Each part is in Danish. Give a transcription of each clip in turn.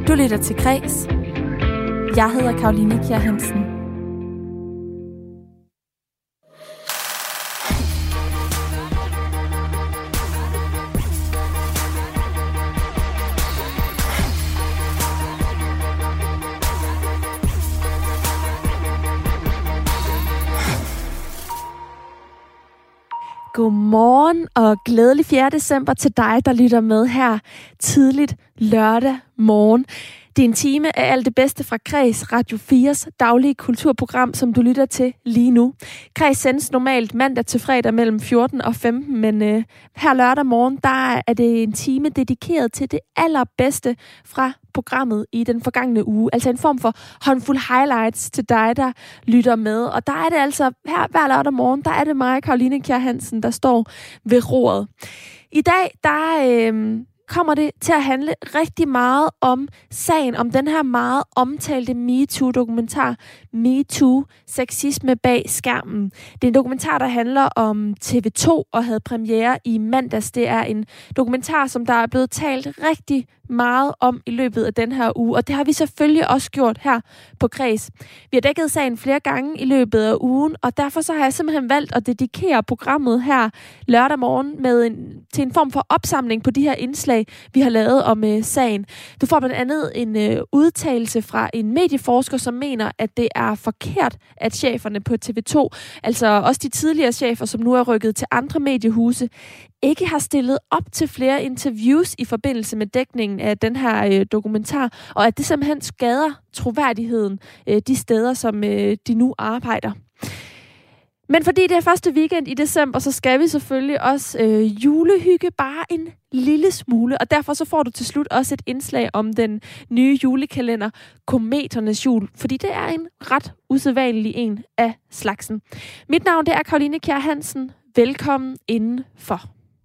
Du lytter til Kres. Jeg hedder Caroline Kjær Hansen. Godmorgen og glædelig 4. december til dig, der lytter med her tidligt lørdag morgen. Det er en time af alt det bedste fra Kres, Radio 4's daglige kulturprogram, som du lytter til lige nu. Kres sendes normalt mandag til fredag mellem 14 og 15, men her lørdag morgen, der er det en time dedikeret til det allerbedste fra programmet i den forgangne uge. Altså en form for håndfuld highlights til dig, der lytter med. Og der er det altså her hver lørdag morgen, der er det mig, Caroline Kjær Hansen, der står ved roret. I dag, der kommer det til at handle rigtig meget om sagen, om den her meget omtalte MeToo-dokumentar, MeToo, sexisme bag skærmen. Det er en dokumentar, der handler om TV2 og havde premiere i mandags. Det er en dokumentar, som der er blevet talt rigtig meget om i løbet af den her uge, og det har vi selvfølgelig også gjort her på Kres. Vi har dækket sagen flere gange i løbet af ugen, og derfor så har jeg simpelthen valgt at dedikere programmet her lørdag morgen til en form for opsamling på de her indslag, vi har lavet om sagen. Du får blandt andet en udtalelse fra en medieforsker, som mener, at det er forkert, at cheferne på TV2, altså også de tidligere chefer, som nu er rykket til andre mediehuse, ikke har stillet op til flere interviews i forbindelse med dækningen af den her dokumentar, og at det simpelthen skader troværdigheden de steder, som de nu arbejder. Men fordi det er første weekend i december, så skal vi selvfølgelig også julehygge bare en lille smule, og derfor så får du til slut også et indslag om den nye julekalender Kometernes Jul, fordi det er en ret usædvanlig en af slagsen. Mit navn det er Caroline Kjær Hansen. Velkommen indenfor.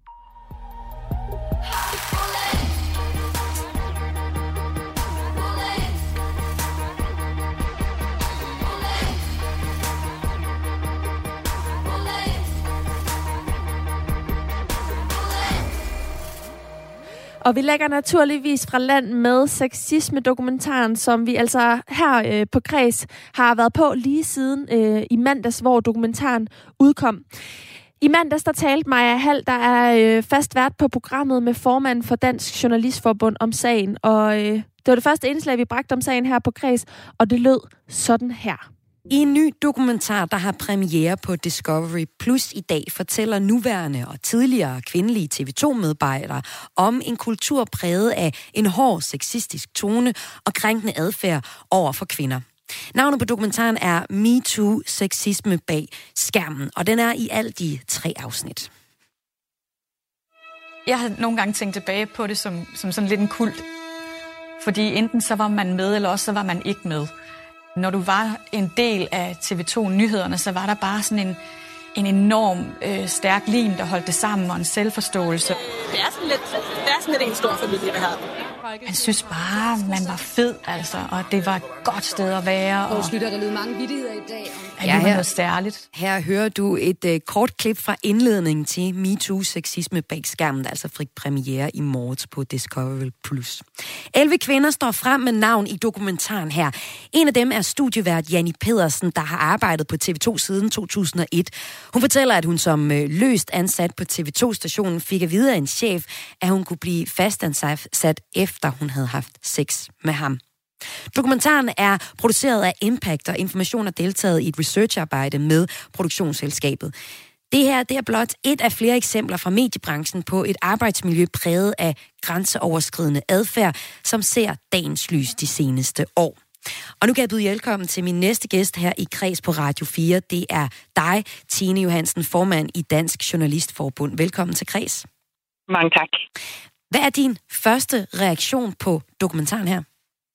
Og vi lægger naturligvis fra land med sexisme-dokumentaren, som vi altså her på Kres har været på lige siden i mandags, hvor dokumentaren udkom. I mandags der talte Maja Hall, der er fast vært på programmet med formanden for Dansk Journalistforbund om sagen. Og det var det første indslag, vi bragte om sagen her på Kres, og det lød sådan her. I en ny dokumentar, der har premiere på Discovery Plus i dag, fortæller nuværende og tidligere kvindelige TV2-medarbejdere om en kultur præget af en hård sexistisk tone og krænkende adfærd over for kvinder. Navnet på dokumentaren er MeToo, sexisme bag skærmen, og den er i alt i 3 afsnit. Jeg har nogle gange tænkt tilbage på det som sådan lidt en kult. Fordi enten så var man med, eller også så var man ikke med. Når du var en del af TV2-nyhederne, så var der bare sådan en enorm stærk lim, der holdt det sammen, og en selvforståelse. Det er sådan lidt en stor familie, det her. Man synes bare, man var fed, altså, og det var et godt sted at være. Og lytter der lyder mange vittigheder i dag. Ja, det var noget særligt. Her hører du et kort klip fra indledningen til MeToo sexisme bag skærmen, der altså fik premiere i morges på Discovery Plus. 11 kvinder står frem med navn i dokumentaren her. En af dem er studievært Janni Pedersen, der har arbejdet på TV2 siden 2001. Hun fortæller, at hun som løst ansat på TV2-stationen fik at vide af en chef, at hun kunne blive fastansat efter hun havde haft sex med ham. Dokumentaren er produceret af Impact, og Information har deltaget i et researcharbejde med produktionsselskabet. Det her det er blot et af flere eksempler fra mediebranchen på et arbejdsmiljø præget af grænseoverskridende adfærd, som ser dagens lys de seneste år. Og nu kan jeg byde velkommen til min næste gæst her i Kres på Radio 4. Det er dig, Tine Johansen, formand i Dansk Journalistforbund. Velkommen til Kres. Mange tak. Hvad er din første reaktion på dokumentaren her?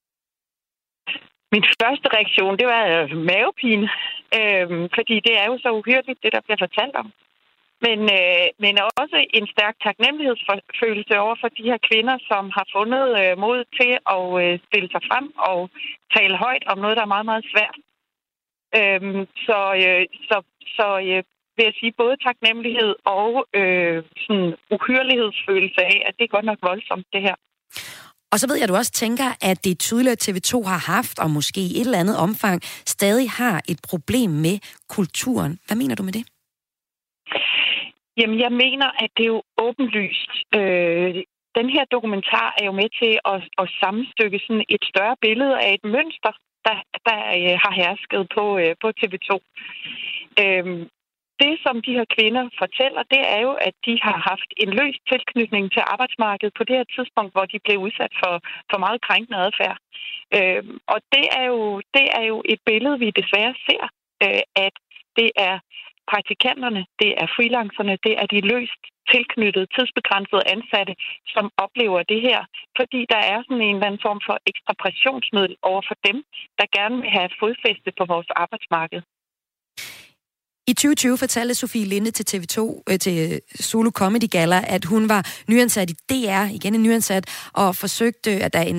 Min første reaktion, det var mavepine. Fordi det er jo så uhyrligt, det der bliver fortalt om. Men også en stærk taknemmelighedsfølelse over for de her kvinder, som har fundet mod til at stille sig frem og tale højt om noget, der er meget, meget svært. Så vil jeg sige både taknemmelighed og sådan uhyrlighedsfølelse af, at det er godt nok voldsomt, det her. Og så ved jeg, at du også tænker, at det er tydeligt, at TV2 har haft, og måske i et eller andet omfang, stadig har et problem med kulturen. Hvad mener du med det? Jamen, jeg mener, at det er jo åbenlyst. Den her dokumentar er jo med til at sammenstykke sådan et større billede af et mønster, der har hersket på TV2. Det, som de her kvinder fortæller, det er jo, at de har haft en løs tilknytning til arbejdsmarkedet på det her tidspunkt, hvor de blev udsat for meget krænkende adfærd. Og det er jo et billede, vi desværre ser, at det er praktikanterne, det er freelancerne, det er de løst tilknyttede, tidsbegrænsede ansatte, som oplever det her, fordi der er sådan en eller anden form for ekstra pressionsmiddel over for dem, der gerne vil have fodfæste på vores arbejdsmarked. I 2020 fortalte Sofie Linde til TV2, til Zulu Comedy Galla, at hun var nyansat i DR, igen en nyansat, og forsøgte, at der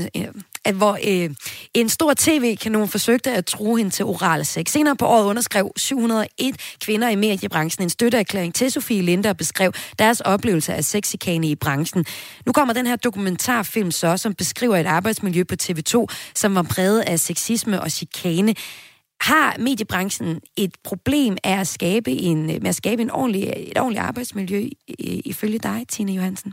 en stor tv-kanon forsøgte at true hende til oral sex. Senere på året underskrev 701 kvinder i mediebranchen en støtteerklæring til Sofie Linde og beskrev deres oplevelse af sexchikane i branchen. Nu kommer den her dokumentarfilm så, som beskriver et arbejdsmiljø på TV2, som var præget af sexisme og chikane. Har mediebranchen et problem af at skabe et ordentligt arbejdsmiljø ifølge dig, Tine Johansen?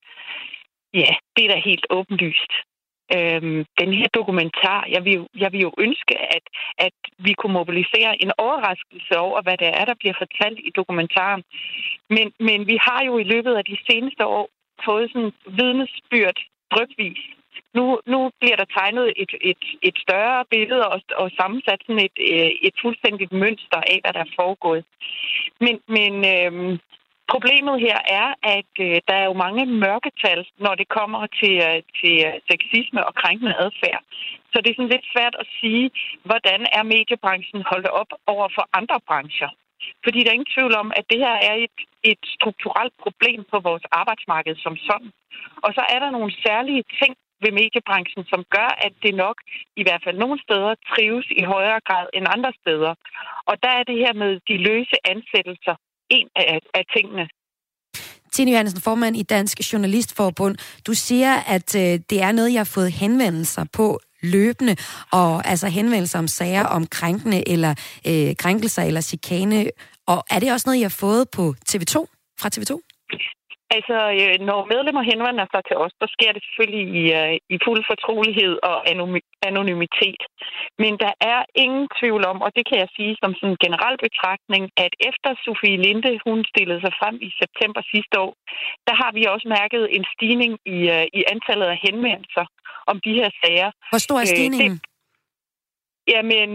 Ja, det er da helt åbenlyst. Den her dokumentar, jeg vil jo ønske, at vi kunne mobilisere en overraskelse over, hvad det er, der bliver fortalt i dokumentaren. Men vi har jo i løbet af de seneste år fået sådan vidnesbyrd drypvis. Nu bliver der tegnet et større billede og sammensat sådan et fuldstændigt mønster af, hvad der er foregået. Men problemet her er, at der er jo mange mørketal, når det kommer til sexisme og krænkende adfærd. Så det er sådan lidt svært at sige, hvordan er mediebranchen holdt op over for andre brancher. Fordi der er ingen tvivl om, at det her er et strukturelt problem på vores arbejdsmarked som sådan. Og så er der nogle særlige ting ved mediebranchen, som gør, at det nok i hvert fald nogle steder trives i højere grad end andre steder. Og der er det her med de løse ansættelser en af tingene. Tine Johansen, formand i Dansk Journalistforbund. Du siger, at det er noget, jeg har fået henvendelser på løbende, og altså henvendelser om sager om krænkende eller krænkelser eller chikane. Og er det også noget, jeg har fået på TV2? Fra TV2? Altså, når medlemmer henvender sig til os, så sker det selvfølgelig i fuld fortrolighed og anonymitet. Men der er ingen tvivl om, og det kan jeg sige som sådan en generel betragtning, at efter Sofie Linde, hun stillede sig frem i september sidste år, der har vi også mærket en stigning i antallet af henvendelser om de her sager. Hvor stor er stigningen? Jamen,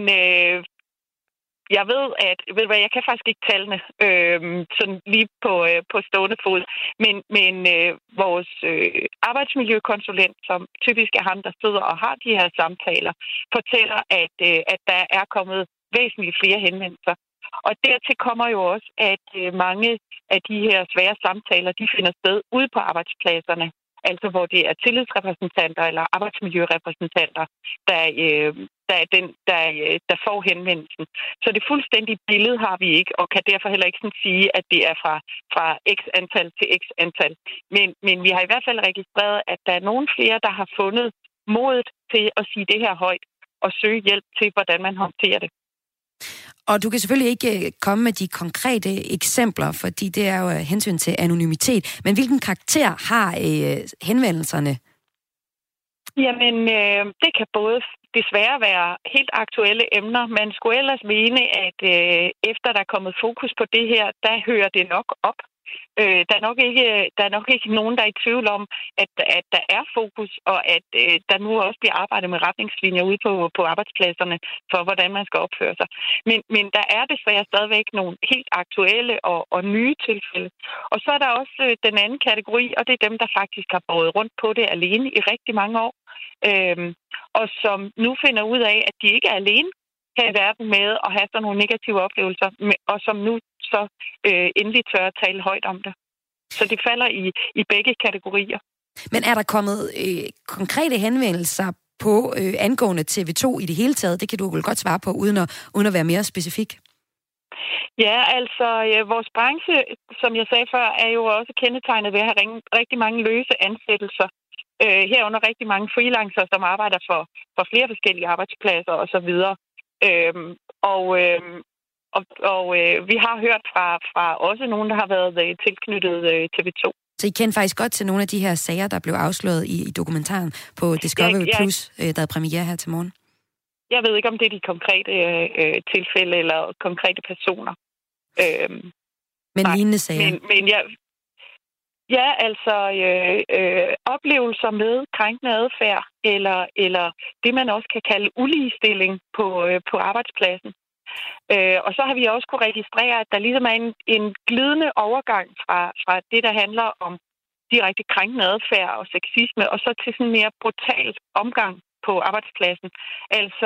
jeg ved, jeg kan faktisk ikke tallene sådan lige på stående fod, men vores arbejdsmiljøkonsulent, som typisk er ham, der sidder og har de her samtaler, fortæller, at der er kommet væsentligt flere henvendelser. Og dertil kommer jo også, at mange af de her svære samtaler, de finder sted ude på arbejdspladserne. Altså hvor det er tillidsrepræsentanter eller arbejdsmiljørepræsentanter, der får henvendelsen. Så det fuldstændige billede har vi ikke, og kan derfor heller ikke sådan sige, at det er fra x antal til x antal. Men vi har i hvert fald registreret, at der er nogle flere, der har fundet modet til at sige det her højt og søge hjælp til, hvordan man håndterer det. Og du kan selvfølgelig ikke komme med de konkrete eksempler, fordi det er jo hensyn til anonymitet. Men hvilken karakter har henvendelserne? Jamen, det kan både desværre være helt aktuelle emner. Man skulle ellers mene, at efter der er kommet fokus på det her, der hører det nok op. Der er nok ikke nogen, der er i tvivl om, at der er fokus, og at der nu også bliver arbejdet med retningslinjer ude på arbejdspladserne for, hvordan man skal opføre sig. Men der er desværre stadigvæk nogle helt aktuelle og nye tilfælde. Og så er der også den anden kategori, og det er dem, der faktisk har båret rundt på det alene i rigtig mange år, og som nu finder ud af, at de ikke er alene her i verden med at have sådan nogle negative oplevelser, og som nu så endelig tør at tale højt om det. Så det falder i begge kategorier. Men er der kommet konkrete henvendelser på angående TV2 i det hele taget? Det kan du vel godt svare på, uden at være mere specifik. Ja, altså vores branche, som jeg sagde før, er jo også kendetegnet ved at have rigtig mange løse ansættelser. Herunder rigtig mange freelancere, som arbejder for flere forskellige arbejdspladser osv. Vi har hørt fra også nogen, der har været tilknyttet TV2. Så I kender faktisk godt til nogle af de her sager, der blev afsløret i dokumentaren på Discovery Plus, der er premiere her til morgen? Jeg ved ikke, om det er de konkrete tilfælde eller konkrete personer. Men lignende sager? Men oplevelser med krænkende adfærd, eller det, man også kan kalde uligestilling på arbejdspladsen. Og så har vi også kunne registrere, at der ligesom er en glidende overgang fra det, der handler om direkte krænkende adfærd og sexisme, og så til sådan mere brutalt omgang på arbejdspladsen. Altså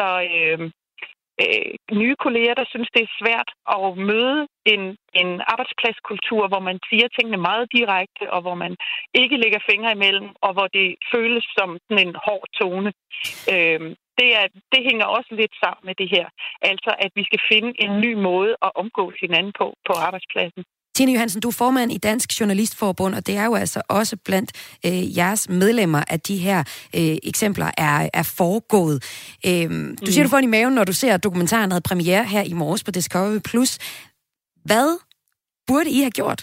nye kolleger, der synes, det er svært at møde en arbejdspladskultur, hvor man siger tingene meget direkte, og hvor man ikke lægger fingre imellem, og hvor det føles som sådan en hård tone. Det hænger også lidt sammen med det her. Altså, at vi skal finde en ny måde at omgås hinanden på arbejdspladsen. Tine Johansen, du er formand i Dansk Journalistforbund, og det er jo altså også blandt jeres medlemmer, at de her eksempler er foregået. Du siger, du får i maven, når du ser, at dokumentaren havde premiere her i morges på Discovery Plus. Hvad burde I have gjort?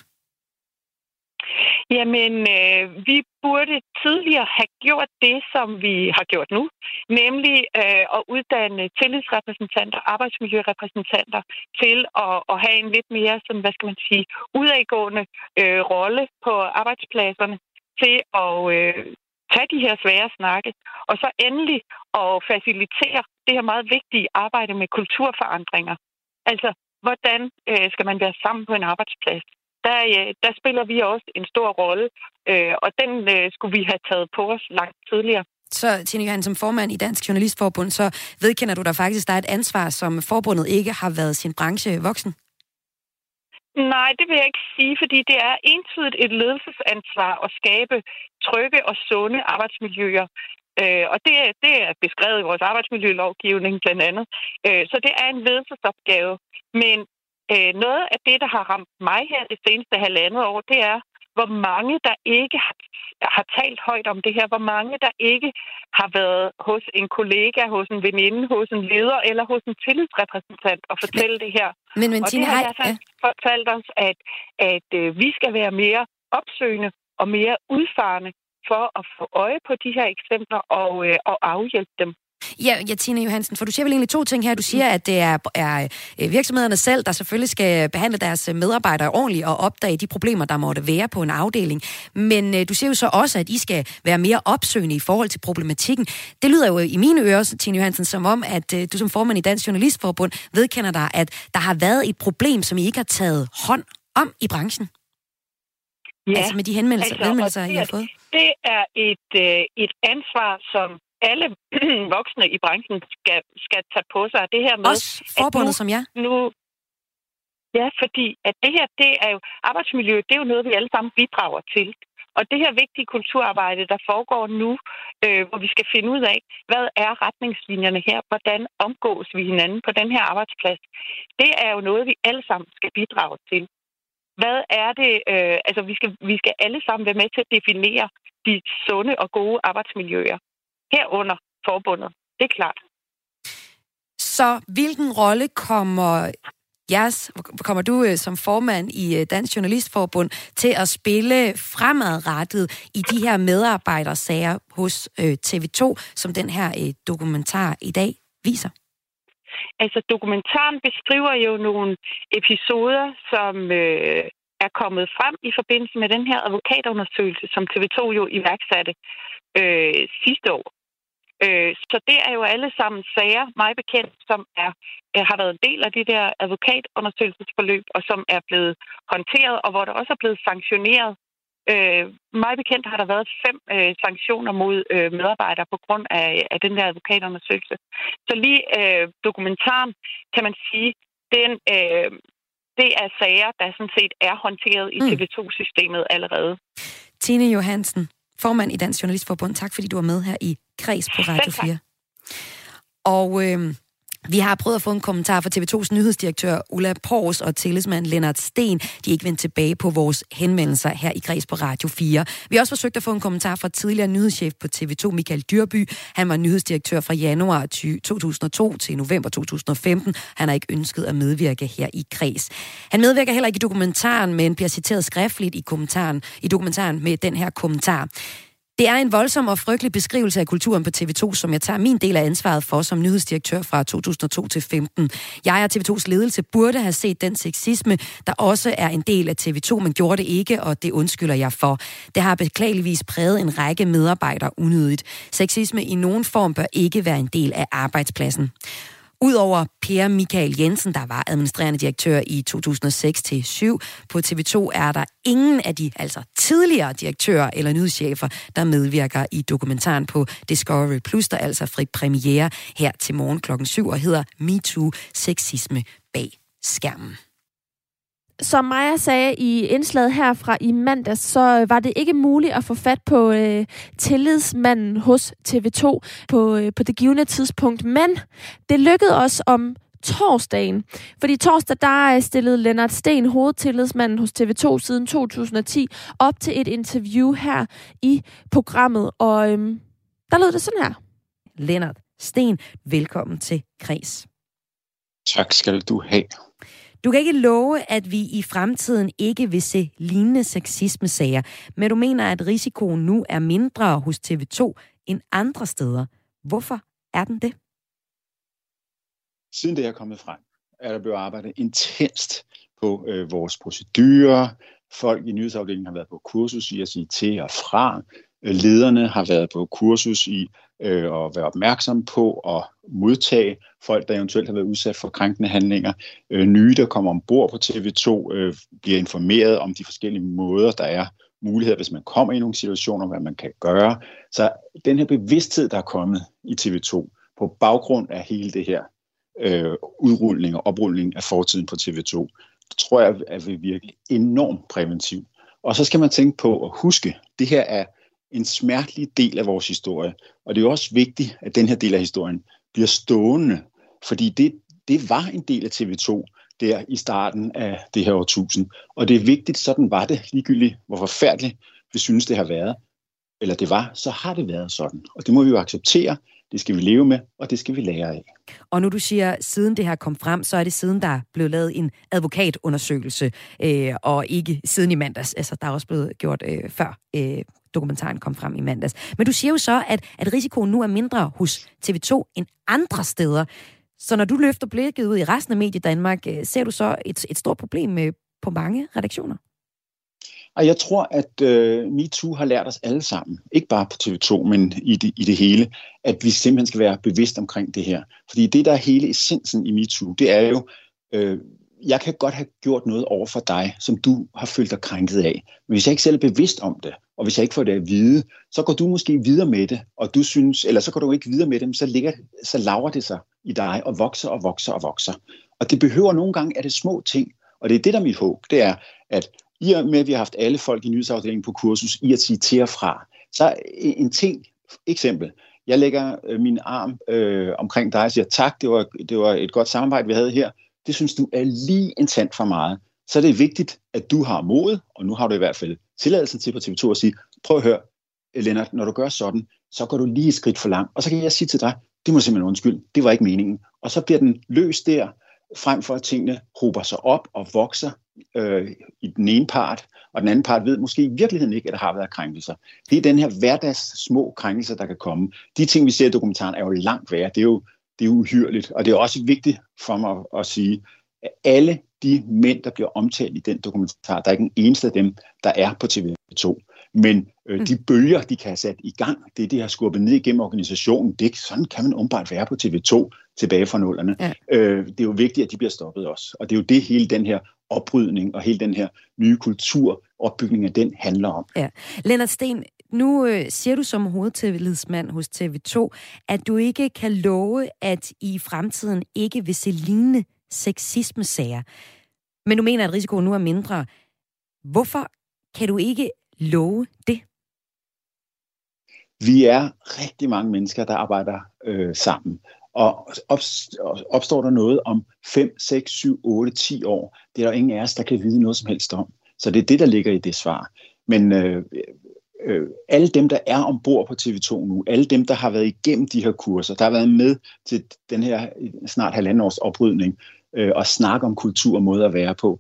Jamen, vi burde tidligere have gjort det, som vi har gjort nu, nemlig at uddanne tillidsrepræsentanter, arbejdsmiljørepræsentanter til at have en lidt mere, sådan, hvad skal man sige, udadgående rolle på arbejdspladserne til at tage de her svære snakke, og så endelig at facilitere det her meget vigtige arbejde med kulturforandringer. Altså, hvordan skal man være sammen på en arbejdsplads? Der spiller vi også en stor rolle, og den skulle vi have taget på os langt tidligere. Så, Tine Johansen, som formand i Dansk Journalistforbund, så vedkender du dig faktisk, der er et ansvar, som forbundet ikke har været sin branche voksen? Nej, det vil jeg ikke sige, fordi det er entydigt et ledelsesansvar at skabe trygge og sunde arbejdsmiljøer. Og det er beskrevet i vores arbejdsmiljølovgivning blandt andet. Så det er en ledelsesopgave. Men noget af det, der har ramt mig her det seneste halvandet år, det er, hvor mange, der ikke har talt højt om det her. Hvor mange, der ikke har været hos en kollega, hos en veninde, hos en leder eller hos en tillidsrepræsentant og fortælle det her. Men og Tine, det har jeg fortalt os, at vi skal være mere opsøgende og mere udfarende for at få øje på de her eksempler og afhjælpe dem. Ja, Tine Johansen, for du siger vel egentlig to ting her. Du siger, at det er virksomhederne selv, der selvfølgelig skal behandle deres medarbejdere ordentligt og opdage de problemer, der måtte være på en afdeling. Men du siger jo så også, at I skal være mere opsøgende i forhold til problematikken. Det lyder jo i mine ører, Tine Johansen, som om, at du som formand i Dansk Journalistforbund vedkender dig, at der har været et problem, som I ikke har taget hånd om i branchen. Ja, altså med de henvendelser, I har fået. Det er et ansvar, som alle voksne i branchen skal tage på sig. Det her med også forbundet som jer? Ja, fordi at det her, det er jo arbejdsmiljø, det er jo noget, vi alle sammen bidrager til. Og det her vigtige kulturarbejde, der foregår nu, hvor vi skal finde ud af, hvad er retningslinjerne her? Hvordan omgås vi hinanden på den her arbejdsplads? Det er jo noget, vi alle sammen skal bidrage til. Hvad er det? Vi skal alle sammen være med til at definere de sunde og gode arbejdsmiljøer. Herunder forbundet. Det er klart. Så hvilken rolle kommer du som formand i Dansk Journalistforbund til at spille fremadrettet i de her medarbejdersager hos TV2, som den her dokumentar i dag viser? Altså, dokumentaren beskriver jo nogle episoder, som er kommet frem i forbindelse med den her advokatundersøgelse, som TV2 jo iværksatte sidste år. Så det er jo alle sammen sager, mig bekendt, som har været en del af det der advokatundersøgelsesforløb, og som er blevet håndteret, og hvor der også er blevet sanktioneret. Mig bekendt har der været 5 sanktioner mod medarbejdere på grund af den der advokatundersøgelse. Så lige dokumentaren, kan man sige, det er sager, der sådan set er håndteret i TV2-systemet allerede. Tine Johansen, formand i Dansk Journalistforbund. Tak fordi du var med her i Kreds på Radio 4. Og Vi har prøvet at få en kommentar fra TV2's nyhedsdirektør Ulla Pors og tillidsmand Lennart Sten. De er ikke vendt tilbage på vores henvendelser her i Græs på Radio 4. Vi har også forsøgt at få en kommentar fra tidligere nyhedschef på TV2, Michael Dyrby. Han var nyhedsdirektør fra januar 2002 til november 2015. Han har ikke ønsket at medvirke her i Græs. Han medvirker heller ikke i dokumentaren, men bliver citeret skriftligt i dokumentaren med den her kommentar. Det er en voldsom og frygtelig beskrivelse af kulturen på TV2, som jeg tager min del af ansvaret for som nyhedsdirektør fra 2002 til 15. Jeg og TV2's ledelse burde have set den sexisme, der også er en del af TV2, men gjorde det ikke, og det undskylder jeg for. Det har beklageligvis præget en række medarbejdere unødigt. Sexisme i nogen form bør ikke være en del af arbejdspladsen. Udover Per Michael Jensen, der var administrerende direktør i 2006-7 på TV2, er der ingen af de tidligere direktører eller nyhedschefer, der medvirker i dokumentaren på Discovery Plus, der altså fri premiere her til morgen klokken 7 og hedder MeToo Sexisme bag skærmen. Som Maja sagde i indslaget herfra i mandags, så var det ikke muligt at få fat på tillidsmanden hos TV2 på det givne tidspunkt. Men det lykkedes os om torsdagen. Fordi torsdag, der stillede Lennart Sten, hovedtillidsmanden hos TV2 siden 2010, op til et interview her i programmet. Og der lød det sådan her. Lennart Sten, velkommen til Græs. Tak skal du have. Du kan ikke love, at vi i fremtiden ikke vil se lignende sexisme-sager, men du mener, at risikoen nu er mindre hos TV2 end andre steder. Hvorfor er den det? Siden det er kommet frem, er der blevet arbejdet intenst på vores procedurer. Folk i nyhedsafdelingen har været på kursus i at sige til og fra. Lederne har været på kursus i at være opmærksom på at modtage folk, der eventuelt har været udsat for krænkende handlinger. Nye, der kommer ombord på TV2, bliver informeret om de forskellige måder, der er muligheder, hvis man kommer i nogle situationer, hvad man kan gøre. Så den her bevidsthed, der er kommet i TV2, på baggrund af hele det her udrulning og oprulning af fortiden på TV2, tror jeg, at vil virke enormt præventivt. Og så skal man tænke på at huske, det her er en smertelig del af vores historie. Og det er jo også vigtigt, at den her del af historien bliver stående. Fordi det var en del af TV2 der i starten af det her årtusind. Og det er vigtigt, sådan var det, ligegyldigt hvor forfærdeligt vi synes, det har været. Eller det var, så har det været sådan. Og det må vi jo acceptere, det skal vi leve med, og det skal vi lære af. Og nu du siger, siden det her kom frem, så er det siden, der blev lavet en advokatundersøgelse, og ikke siden i mandags. Altså, der er også blevet gjort før dokumentaren kom frem i mandags. Men du siger jo så, at risikoen nu er mindre hos TV2 end andre steder. Så når du løfter blikket ud i resten af Mediedanmark, ser du så et stort problem på mange redaktioner? Og jeg tror, at MeToo har lært os alle sammen, ikke bare på TV2, men i det hele, at vi simpelthen skal være bevidst omkring det her. Fordi det, der er hele essensen i MeToo, det er jo, jeg kan godt have gjort noget over for dig, som du har følt dig krænket af. Men hvis jeg ikke selv er bevidst om det, og hvis jeg ikke får det at vide, så går du måske videre med det, og du synes, eller så går du ikke videre med det, men så laver det sig i dig, og vokser og vokser og vokser. Og det behøver nogle gange, at det små ting. Og det er det, der er mit håb, det er, at i og med, at vi har haft alle folk i nyhedsafdelingen på kursus i at sige til og fra, så en ting, eksempel, jeg lægger min arm omkring dig og siger, tak, det var et godt samarbejde, vi havde her. Det synes du er lige en tand for meget. Så er det vigtigt, at du har mod, og nu har du i hvert fald tilladelsen til på TV2 at sige, prøv at høre, Lennart, når du gør sådan, så går du lige et skridt for langt. Og så kan jeg sige til dig, det må simpelthen undskylde, det var ikke meningen. Og så bliver den løst der, frem for at tingene hober sig op og vokser i den ene part, og den anden part ved måske i virkeligheden ikke, at der har været krænkelser. Det er den her hverdags små krænkelser, der kan komme. De ting, vi ser i dokumentaren, er jo langt værre. Det er jo uhyrligt, og det er også vigtigt for mig at sige, at alle de mænd, der bliver omtalt i den dokumentar, der er ikke en eneste af dem, der er på TV2. Men de bølger, de kan have sat i gang, det de har skubbet ned igennem organisationen, sådan kan man umiddelbart være på TV2 tilbage fra nullerne. Ja. Det er jo vigtigt, at de bliver stoppet også. Og det er jo det, hele den her oprydning og hele den her nye kulturopbygning af den handler om. Ja. Lennart Sten, nu siger du som hovedtillidsmand hos TV2, at du ikke kan love, at I fremtiden ikke vil se lignende sexisme-sager. Men du mener, at risikoen nu er mindre. Hvorfor kan du ikke love det? Vi er rigtig mange mennesker, der arbejder sammen. Og opstår der noget om 5, 6, 7, 8, 10 år, det er der ingen af os, der kan vide noget som helst om. Så det er det, der ligger i det svar. Men alle dem, der er ombord på TV2 nu, alle dem, der har været igennem de her kurser, der har været med til den her snart 1,5 års oprydning, og snakke om kultur og måde at være på,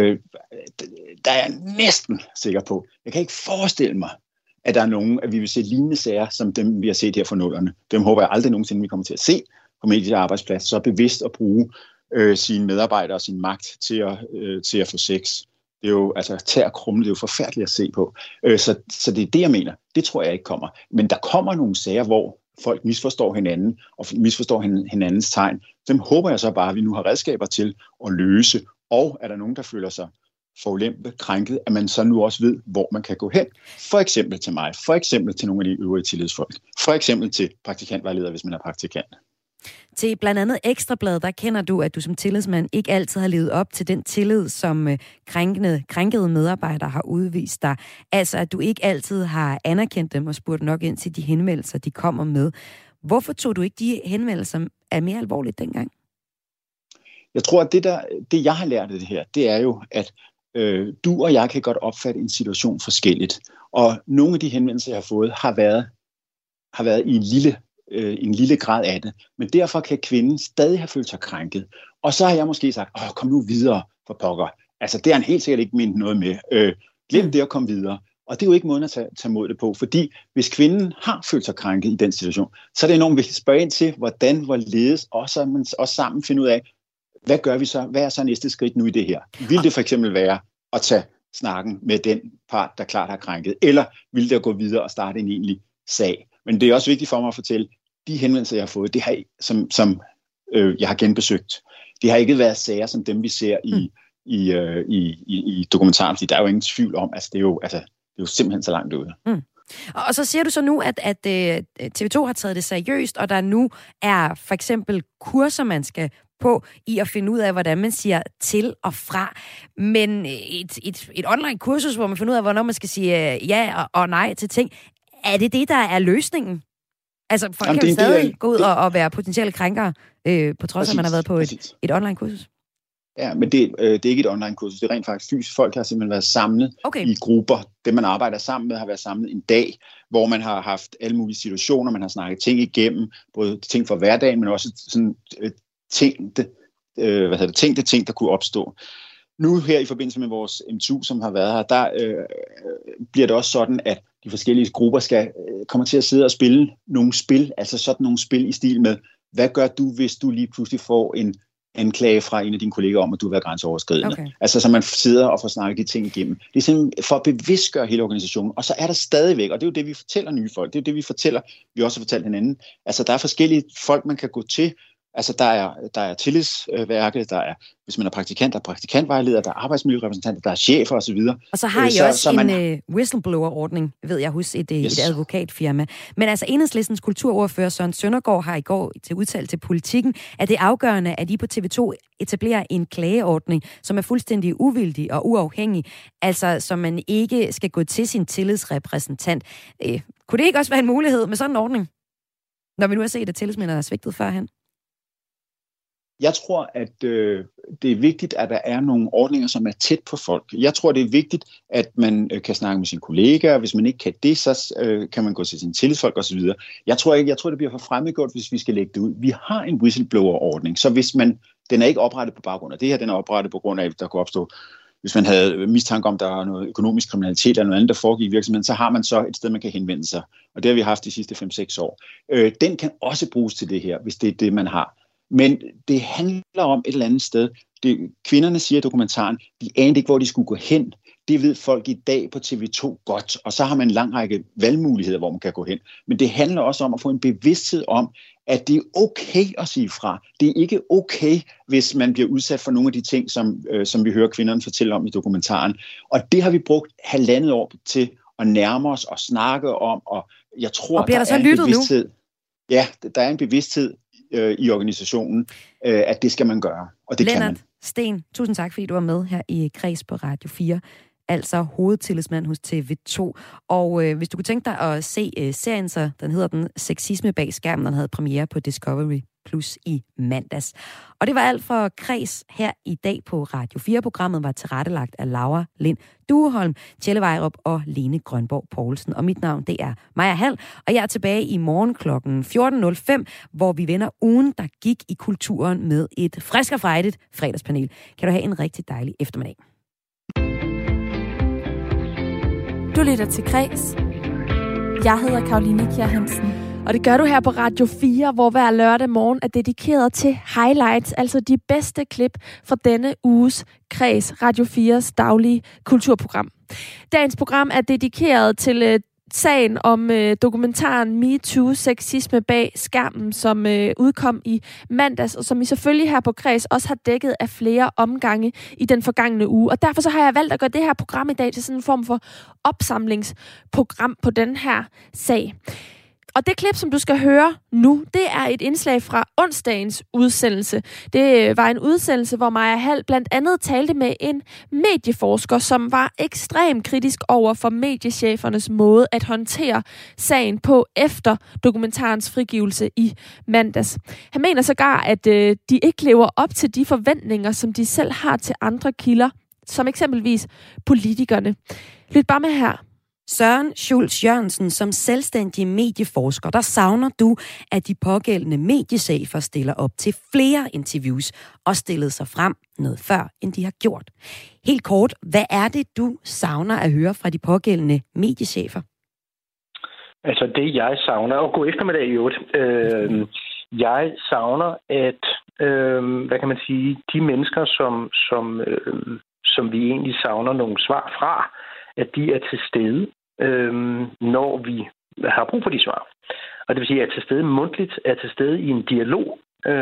der er jeg næsten sikker på. Jeg kan ikke forestille mig, at der er nogen, at vi vil se lignende sager, som dem, vi har set her for 0'erne. Dem håber jeg aldrig nogensinde, vi kommer til at se på medier og arbejdsplads, så bevidst at bruge sine medarbejdere og sin magt til at få sex. Det er jo, altså, tær og krumme, det er jo forfærdeligt at se på. Så det er det, jeg mener. Det tror jeg ikke kommer. Men der kommer nogle sager, hvor folk misforstår hinanden, og misforstår hinandens tegn. Dem håber jeg så bare, at vi nu har redskaber til at løse. Og er der nogen, der føler sig forulempet, krænket, at man så nu også ved, hvor man kan gå hen. For eksempel til mig, for eksempel til nogle af de øvrige tillidsfolk, for eksempel til praktikantvejleder, hvis man er praktikant. Til blandt andet Ekstrabladet, der kender du, at du som tillidsmand ikke altid har levet op til den tillid, som krænkede medarbejdere har udvist dig. Altså, at du ikke altid har anerkendt dem og spurgt nok ind til de henvendelser, de kommer med. Hvorfor tog du ikke de henvendelser af mere alvorligt dengang? Jeg tror, at det jeg har lært af det her, det er jo, at du og jeg kan godt opfatte en situation forskelligt. Og nogle af de henvendelser, jeg har fået, har været i en lille grad af det. Men derfor kan kvinden stadig have følt sig krænket. Og så har jeg måske sagt, kom nu videre for pokker. Altså, det har han helt sikkert ikke ment noget med. Glem det at komme videre. Og det er jo ikke måden at tage mod det på. Fordi hvis kvinden har følt sig krænket i den situation, så er det enormt vigtigt at spørge ind til, hvorledes, og så man også sammen finde ud af, hvad gør vi så? Hvad er så næste skridt nu i det her? Vil det for eksempel være at tage snakken med den part, der klart har krænket? Eller vil det at gå videre og starte en egentlig sag? Men det er også vigtigt for mig at fortælle, de henvendelser, jeg har fået, det har, som jeg har genbesøgt, det har ikke været sager som dem, vi ser i dokumentaren, fordi der er jo ingen tvivl om, altså det er jo simpelthen så langt ude. Og så siger du så nu, at TV2 har taget det seriøst, og der nu er for eksempel kurser, man skal på i at finde ud af, hvordan man siger til og fra. Men et online kursus, hvor man finder ud af, hvornår man skal sige ja og nej til ting, er det det, der er løsningen? Altså, folk kan jo stadig gå ud og være potentielle krænkere, på trods af, at man har været på et online kursus. Ja, men det er ikke et online kursus. Det er rent faktisk fysisk. Folk har simpelthen været samlet i grupper. Det, man arbejder sammen med, har været samlet en dag, hvor man har haft alle mulige situationer. Man har snakket ting igennem, både ting fra hverdagen, men også sådan tænkte ting, der kunne opstå. Nu her i forbindelse med vores M2, som har været her, der bliver det også sådan, at de forskellige grupper kommer til at sidde og spille nogle spil, altså sådan nogle spil i stil med, hvad gør du, hvis du lige pludselig får en anklage fra en af dine kolleger om, at du har været grænseoverskridende. Okay. Altså, så man sidder og får snakket de ting igennem. Det er simpelthen for at bevidstgøre hele organisationen. Og så er der stadigvæk, og det er jo det, vi fortæller nye folk, det er jo det, vi også har fortalt hinanden. Altså, der er forskellige folk, man kan gå til. Altså, der er tillidsværket, der er, hvis man er praktikant, der er praktikantvejleder, der er arbejdsmiljørepræsentanter, der er chefer osv. Og så har I også en whistleblower-ordning, ved jeg, hos et advokatfirma. Men altså, Enhedslistens kulturordfører Søren Søndergaard har i går udtalt til Politikken, at det er afgørende, at I på TV2 etablerer en klageordning, som er fuldstændig uvildig og uafhængig, altså som man ikke skal gå til sin tillidsrepræsentant. Kunne det ikke også være en mulighed med sådan en ordning, når vi nu har set, at tillidsmænd er svigtet førhen? Jeg tror, at det er vigtigt, at der er nogle ordninger, som er tæt på folk. Jeg tror, det er vigtigt, at man kan snakke med sine kollegaer. Hvis man ikke kan det, så kan man gå til sine tillidsfolk osv. Jeg tror, det bliver for fremmedgjort, hvis vi skal lægge det ud. Vi har en whistleblower-ordning, så hvis den er ikke oprettet på baggrund af det her, den er oprettet på grund af, at der kunne opstå, hvis man havde mistanke om, der var noget økonomisk kriminalitet eller noget andet, der foregik i virksomheden, så har man så et sted, man kan henvende sig. Og det har vi haft de sidste 5-6 år. Den kan også bruges til det her, hvis det er det, man har. Men det handler om et eller andet sted. Kvinderne siger i dokumentaren, de anede ikke, hvor de skulle gå hen. Det ved folk i dag på TV2 godt, og så har man en lang række valgmuligheder, hvor man kan gå hen. Men det handler også om at få en bevidsthed om, at det er okay at sige fra. Det er ikke okay, hvis man bliver udsat for nogle af de ting, som vi hører kvinderne fortælle om i dokumentaren. Og det har vi brugt 1,5 år til at nærme os og snakke om, og jeg tror, og bliver der så lyttet nu? Ja, der er en bevidsthed i organisationen, at det skal man gøre, og det Lennart kan man. Steen, tusind tak, fordi du var med her i Kreds på Radio 4. altså hovedtillidsmand hos TV2. Og hvis du kunne tænke dig at se serien, så den hedder den Sexisme bag skærmen, den havde premiere på Discovery Plus i mandags. Og det var alt for Kreds her i dag på Radio 4. Programmet var tilrettelagt af Laura Lind Dueholm, Tjelle Vejrup og Lene Grønborg Poulsen. Og mit navn, det er Maja Hall, og jeg er tilbage i morgen kl. 14.05, hvor vi vender ugen, der gik i kulturen med et frisk og frejdigt fredagspanel. Kan du have en rigtig dejlig eftermiddag. Du lytter til Kreds. Jeg hedder Karoline Kjær Hansen. Og det gør du her på Radio 4, hvor hver lørdag morgen er dedikeret til highlights, altså de bedste klip fra denne uges Kreds, Radio 4's daglige kulturprogram. Dagens program er dedikeret til sagen om dokumentaren MeToo, sexisme bag skærmen, som udkom i mandags, og som I selvfølgelig her på Kreds også har dækket af flere omgange i den forgangne uge. Og derfor så har jeg valgt at gøre det her program i dag til sådan en form for opsamlingsprogram på den her sag. Og det klip, som du skal høre nu, det er et indslag fra onsdagens udsendelse. Det var en udsendelse, hvor Maja Hall blandt andet talte med en medieforsker, som var ekstremt kritisk over for mediechefernes måde at håndtere sagen på efter dokumentarens frigivelse i mandags. Han mener sågar, at de ikke lever op til de forventninger, som de selv har til andre kilder, som eksempelvis politikerne. Lyt bare med her. Søren Schultz Jørgensen, som selvstændig medieforsker, der savner du, at de pågældende mediechefer stiller op til flere interviews og stillede sig frem noget før, end de har gjort. Helt kort, hvad er det, du savner at høre fra de pågældende mediechefer? Altså det, jeg savner, og god eftermiddag i øvrigt, jeg savner, at, hvad kan man sige, de mennesker, som vi egentlig savner nogle svar fra, at de er til stede, når vi har brug for de svar. Og det vil sige, at er til stede mundtligt, er til stede i en dialog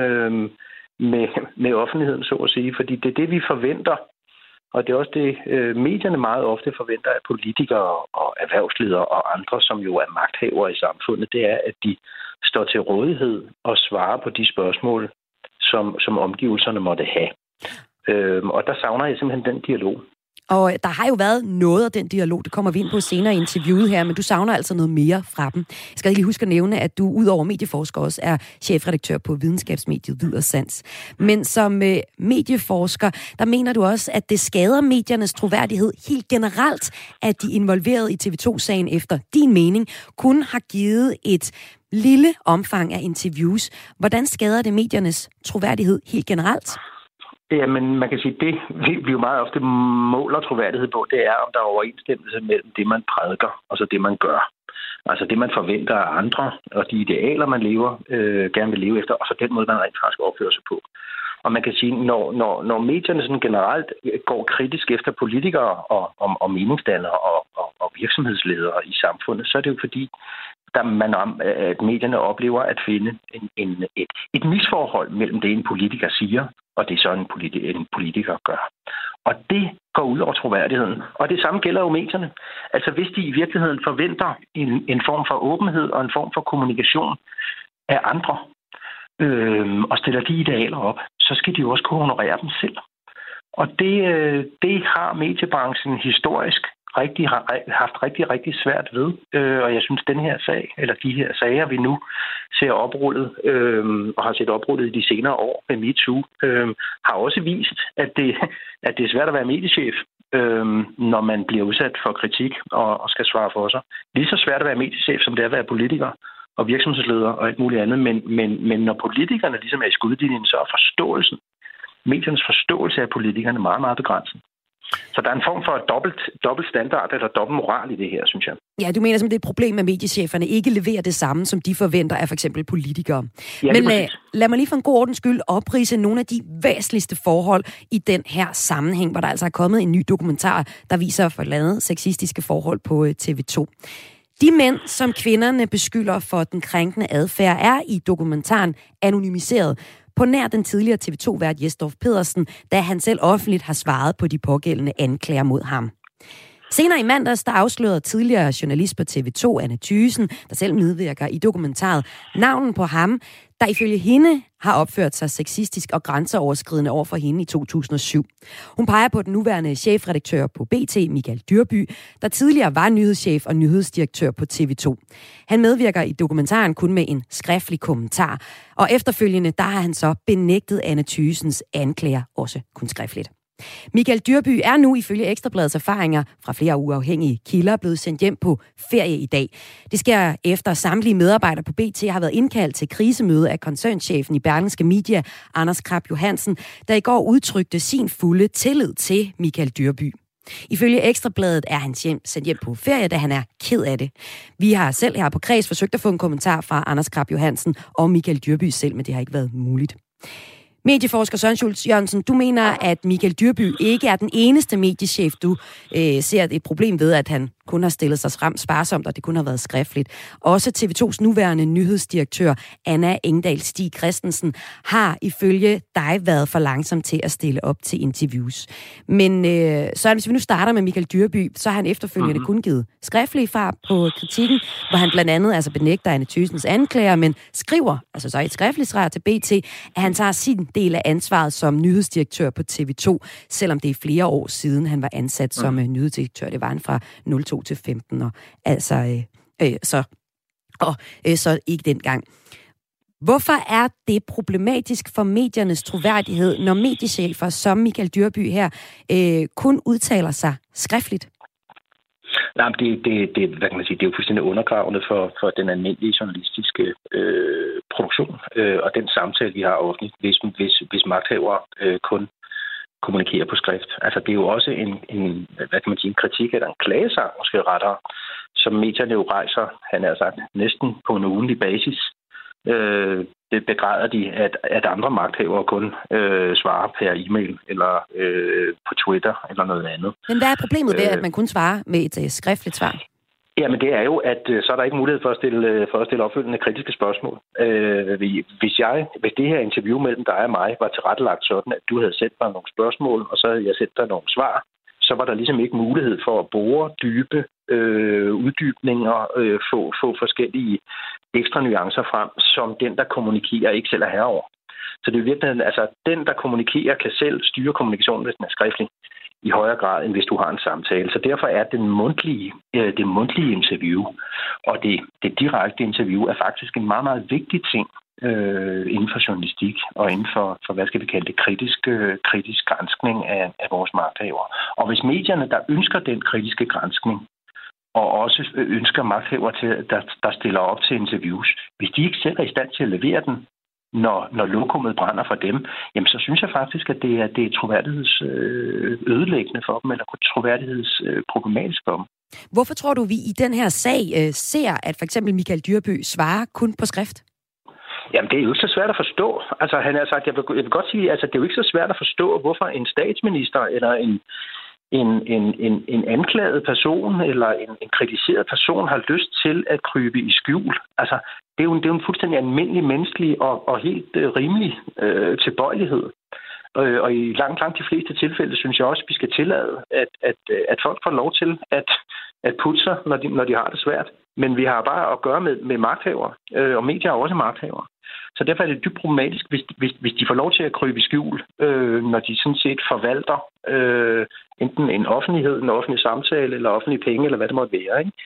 med offentligheden, så at sige. Fordi det er det, vi forventer, og det er også det, medierne meget ofte forventer af politikere og erhvervsledere og andre, som jo er magthavere i samfundet, det er, at de står til rådighed og svarer på de spørgsmål, som omgivelserne måtte have. Og der savner jeg simpelthen den dialog. Og der har jo været noget af den dialog, det kommer vi ind på senere i interviewet her, men du savner altså noget mere fra dem. Jeg skal lige huske at nævne, at du udover medieforsker også er chefredaktør på videnskabsmediet Vid og Sans. Men som medieforsker, der mener du også, at det skader mediernes troværdighed helt generelt, at de involverede i TV2-sagen efter din mening kun har givet et lille omfang af interviews. Hvordan skader det mediernes troværdighed helt generelt? Jamen, man kan sige, det vi jo meget ofte måler troværdighed på, det er, om der er overensstemmelse mellem det, man prædiker, og så det, man gør. Altså det, man forventer af andre, og de idealer, man gerne vil leve efter, og så den måde, man rent faktisk opfører sig på. Og man kan sige, når medierne sådan generelt går kritisk efter politikere og meningsdannere og virksomhedsledere i samfundet, så er det jo fordi, at medierne oplever at finde et misforhold mellem det, en politiker siger, og det så en politiker gør. Og det går ud over troværdigheden. Og det samme gælder jo medierne. Altså hvis de i virkeligheden forventer en form for åbenhed og en form for kommunikation af andre, og stiller de idealer op, så skal de jo også kunne honorere dem selv. Og det har mediebranchen historisk haft rigtig svært ved. Og jeg synes, den her sag, eller de her sager, vi nu ser oprullet, og har set oprullet i de senere år med MeToo, har også vist, at det er svært at være mediechef, når man bliver udsat for kritik og skal svare for sig. Lige så svært at være mediechef, som det er at være politiker og virksomhedsleder og alt muligt andet. Men når politikerne ligesom er i skudlinjen, så er mediernes forståelse af politikerne meget, meget begrænset. Så der er en form for dobbelt standard eller dobbelt moral i det her, synes jeg. Ja, du mener simpelthen, det er et problem, at mediecheferne ikke leverer det samme, som de forventer af for eksempel politikere. Ja, men lad mig lige for en god ordens skyld oprise nogle af de væsentligste forhold i den her sammenhæng, hvor der altså er kommet en ny dokumentar, der viser for landet sexistiske forhold på TV2. De mænd, som kvinderne beskylder for den krænkende adfærd, er i dokumentaren anonymiseret på nær den tidligere TV2-vært Jesdorf Pedersen, da han selv offentligt har svaret på de pågældende anklager mod ham. Senere i mandags, der afslørede tidligere journalist på TV2, Anne Thyssen, der selv medvirker i dokumentaret, navnen på ham, der ifølge hende har opført sig sexistisk og grænseoverskridende over for hende i 2007. Hun peger på den nuværende chefredaktør på BT, Michael Dyrby, der tidligere var nyhedschef og nyhedsdirektør på TV2. Han medvirker i dokumentaren kun med en skriftlig kommentar, og efterfølgende der har han så benægtet Anne Thyssens anklager, også kun skriftligt. Michael Dyrby er nu ifølge Ekstrabladets erfaringer fra flere uafhængige kilder blevet sendt hjem på ferie i dag. Det sker efter samtlige medarbejdere på BT har været indkaldt til krisemøde af koncernchefen i Berlingske Media, Anders Krab Johansen, der i går udtrykte sin fulde tillid til Michael Dyrby. Ifølge Ekstrabladet er han sendt hjem på ferie, da han er ked af det. Vi har selv her på Kreds forsøgt at få en kommentar fra Anders Krab Johansen og Michael Dyrby selv, men det har ikke været muligt. Medieforsker Søren Schultz Jørgensen, du mener, at Michael Dyrby ikke er den eneste mediechef, du ser et problem ved, at han kun har stillet sig frem sparsomt, og det kun har været skriftligt. Også TV2's nuværende nyhedsdirektør, Anna Engdahl Stig Christensen, har ifølge dig været for langsom til at stille op til interviews. Men så hvis vi nu starter med Michael Dyrby, så har han efterfølgende kun givet skriftlige far på kritikken, hvor han blandt andet benægter Anne Thyssens anklager, men skriver, altså så i et skriftligt svar til BT, at han tager sin del af ansvaret som nyhedsdirektør på TV2, selvom det er flere år siden, han var ansat som nyhedsdirektør. Det var han fra 02 til 15, og så ikke dengang. Hvorfor er det problematisk for mediernes troværdighed, når mediechefer som Michael Dyrby her kun udtaler sig skriftligt? Nej, hvad kan man sige, det er jo fuldstændig undergravende for den almindelige journalistiske produktion og den samtale, vi har offentligt, hvis magthavere kun kommunikerer på skrift. Altså, det er jo også en kritik eller en klagesang, måske rettere, som medierne jo rejser, han har sagt, næsten på en ugentlig basis. Det begræder de, at andre magthavere kun svarer per e-mail eller på Twitter eller noget andet. Men hvad er problemet ved, at man kun svarer med et skriftligt svar? Jamen det er jo, at så er der ikke mulighed for at stille opfølgende kritiske spørgsmål. Hvis det her interview mellem dig og mig var tilrettelagt sådan, at du havde sendt mig nogle spørgsmål, og så havde jeg sendt dig nogle svar, så var der ligesom ikke mulighed for at bore dybe uddybninger, få forskellige ekstra nuancer frem, som den, der kommunikerer, ikke selv er herover. Så det er virkelig, altså den, der kommunikerer, kan selv styre kommunikationen, hvis den er skriftlig, i højere grad, end hvis du har en samtale. Så derfor er det mundtlige interview og det direkte interview er faktisk en meget, meget vigtig ting inden for journalistik og inden for hvad skal vi kalde det, kritisk granskning af vores magthavere. Og hvis medierne, der ønsker den kritiske granskning, og også ønsker magthavere til, der stiller op til interviews, hvis de ikke selv er i stand til at levere den, når lokummet brænder for dem, jamen så synes jeg faktisk, at det er troværdighedsødelæggende for dem, eller troværdighedsproblematisk for dem. Hvorfor tror du, vi i den her sag ser, at for eksempel Michael Dyrby svarer kun på skrift? Jamen, det er jo ikke så svært at forstå. Altså, han har sagt, jeg vil godt sige, altså, det er jo ikke så svært at forstå, hvorfor en statsminister eller en anklaget person eller en kritiseret person har lyst til at krybe i skjul. Altså, det er jo en fuldstændig almindelig menneskelig og helt rimelig tilbøjelighed. Og i langt de fleste tilfælde synes jeg også, at vi skal tillade, at folk får lov til at putte sig, når de har det svært. Men vi har bare at gøre med magthavere, og medier er også magthavere. Så derfor er det dybt problematisk, hvis de får lov til at krybe i skjul, når de sådan set forvalter enten en offentlighed, en offentlig samtale, eller offentlige penge, eller hvad det måtte være. Ikke?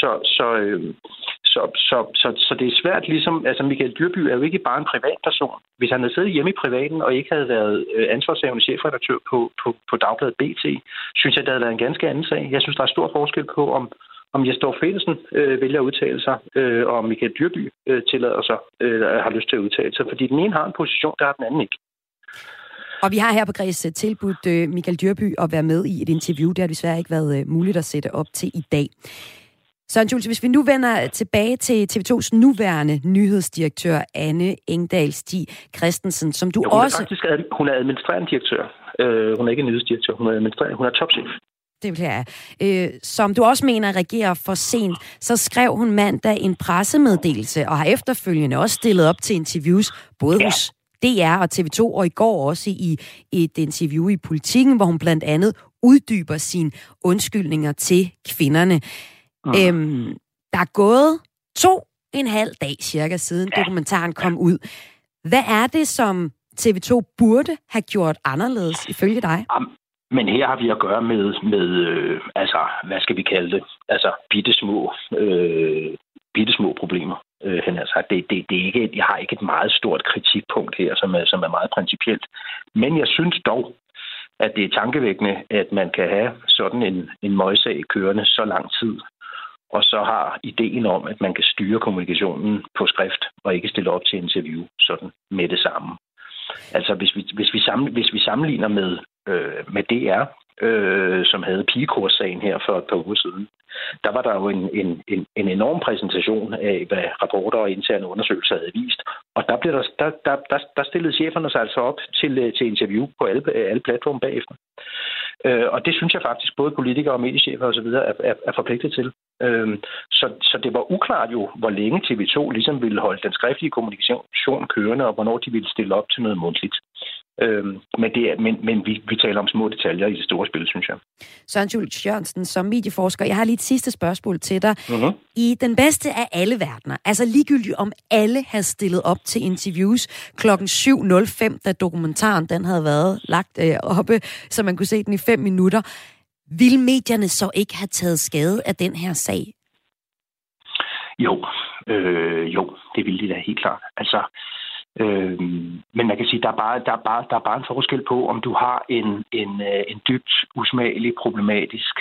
Så det er svært ligesom, altså Michael Dyrby er jo ikke bare en privatperson. Hvis han havde siddet hjemme i privaten og ikke havde været ansvarshavende chefredaktør på Dagbladet BT, synes jeg, det havde været en ganske anden sag. Jeg synes, der er stor forskel på, om Jes Dorph Petersen vælger at udtale sig, og om Michael Dyrby tillader sig, har lyst til at udtale sig. Fordi den ene har en position, der har den anden ikke. Og vi har her på Kreds tilbudt Michael Dyrby at være med i et interview. Det har desværre ikke været muligt at sætte op til i dag. Søren Schultz, hvis vi nu vender tilbage til TV2's nuværende nyhedsdirektør, Anne Engdahl Stig Christensen, som du hun er administrerende direktør. Hun er ikke nyhedsdirektør, hun er topchef. Det vil jeg. Som du også mener reagerer for sent, så skrev hun mandag en pressemeddelelse og har efterfølgende også stillet op til interviews, både hos DR og TV2, og i går også i et interview i Politiken, hvor hun blandt andet uddyber sine undskyldninger til kvinderne. Der er gået 2,5 dag cirka siden dokumentaren kom ud. Hvad er det, som TV2 burde have gjort anderledes ifølge dig? Men her har vi at gøre med altså, hvad skal vi kalde det? Altså, bittesmå problemer. Det er ikke, jeg har ikke et meget stort kritikpunkt her, som er meget principielt. Men jeg synes dog, at det er tankevækkende, at man kan have sådan en møgssag kørende så lang tid, og så har ideen om, at man kan styre kommunikationen på skrift, og ikke stille op til interview sådan med det samme. Altså, hvis vi sammenligner med DR, som havde pigekorssagen her for et par uger siden, der var der jo en enorm præsentation af, hvad rapporter og interne undersøgelser havde vist. Og der stillede cheferne sig altså op til interview på alle platforme bagefter. Og det synes jeg faktisk, både politikere og mediechefer og så videre er forpligtet til. Så det var uklart jo, hvor længe TV2 ligesom ville holde den skriftlige kommunikation kørende, og hvornår de ville stille op til noget mundtligt. Men vi taler om små detaljer i det store spil, synes jeg. Søren Jules Jørgensen, som medieforsker, jeg har lige et sidste spørgsmål til dig. Mm-hmm. I den bedste af alle verdener, altså ligegyldigt om alle havde stillet op til interviews klokken 7.05, da dokumentaren den havde været lagt oppe, så man kunne se den i 5 minutter, ville medierne så ikke have taget skade af den her sag? Jo, det ville de da helt klart. Altså, men man kan sige, der er bare en forskel på, om du har en dybt usmagelig, problematisk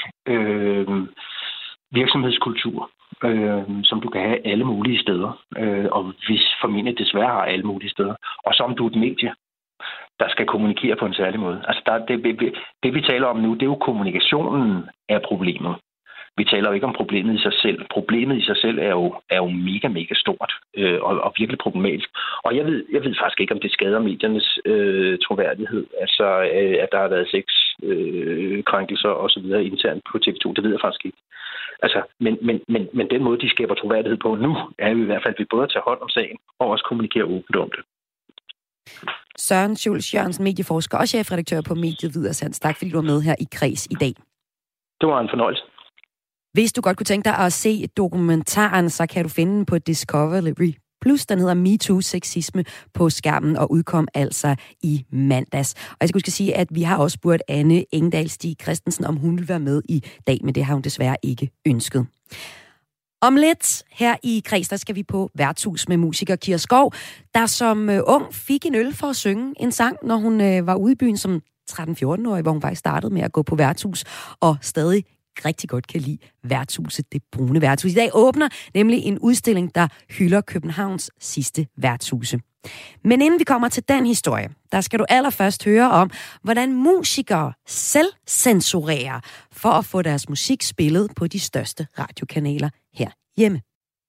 virksomhedskultur, som du kan have alle mulige steder, og hvis formentlig desværre har alle mulige steder, og så om du er et medie, der skal kommunikere på en særlig måde. Altså, det vi taler om nu, det er jo kommunikationen af problemet. Vi taler jo ikke om problemet i sig selv. Problemet i sig selv er jo mega, mega stort og virkelig problematisk. Og jeg ved faktisk ikke, om det skader mediernes troværdighed. Altså, at der har været sexkrænkelser og så videre internt på TV2. Det ved jeg faktisk ikke. Altså, men den måde, de skaber troværdighed på nu, er jo i hvert fald, at vi både tager hånd om sagen og også kommunikerer åbent om det. Søren Jules Jørgensen, medieforsker og chefredaktør på mediet Vidersands. Tak fordi du var med her i Kreds i dag. Det var en fornøjelse. Hvis du godt kunne tænke dig at se dokumentaren, så kan du finde den på Discovery Plus. Den hedder MeToo Sexisme på skærmen og udkom altså i mandags. Og jeg skal sige, at vi har også spurgt Anne Engdahl Stig Christensen, om hun vil være med i dag, men det har hun desværre ikke ønsket. Om lidt her i Kreds, der skal vi på værtshus med musiker Kira Skov, der som ung fik en øl for at synge en sang, når hun var ude i byen som 13-14-årig, hvor hun faktisk startede med at gå på værtshus og stadig rigtig godt kan lide værtshuset, det brune værtshus. I dag åbner nemlig en udstilling, der hylder Københavns sidste værtshuse. Men inden vi kommer til den historie, der skal du allerførst høre om, hvordan musikere selv censurerer for at få deres musik spillet på de største radiokanaler herhjemme.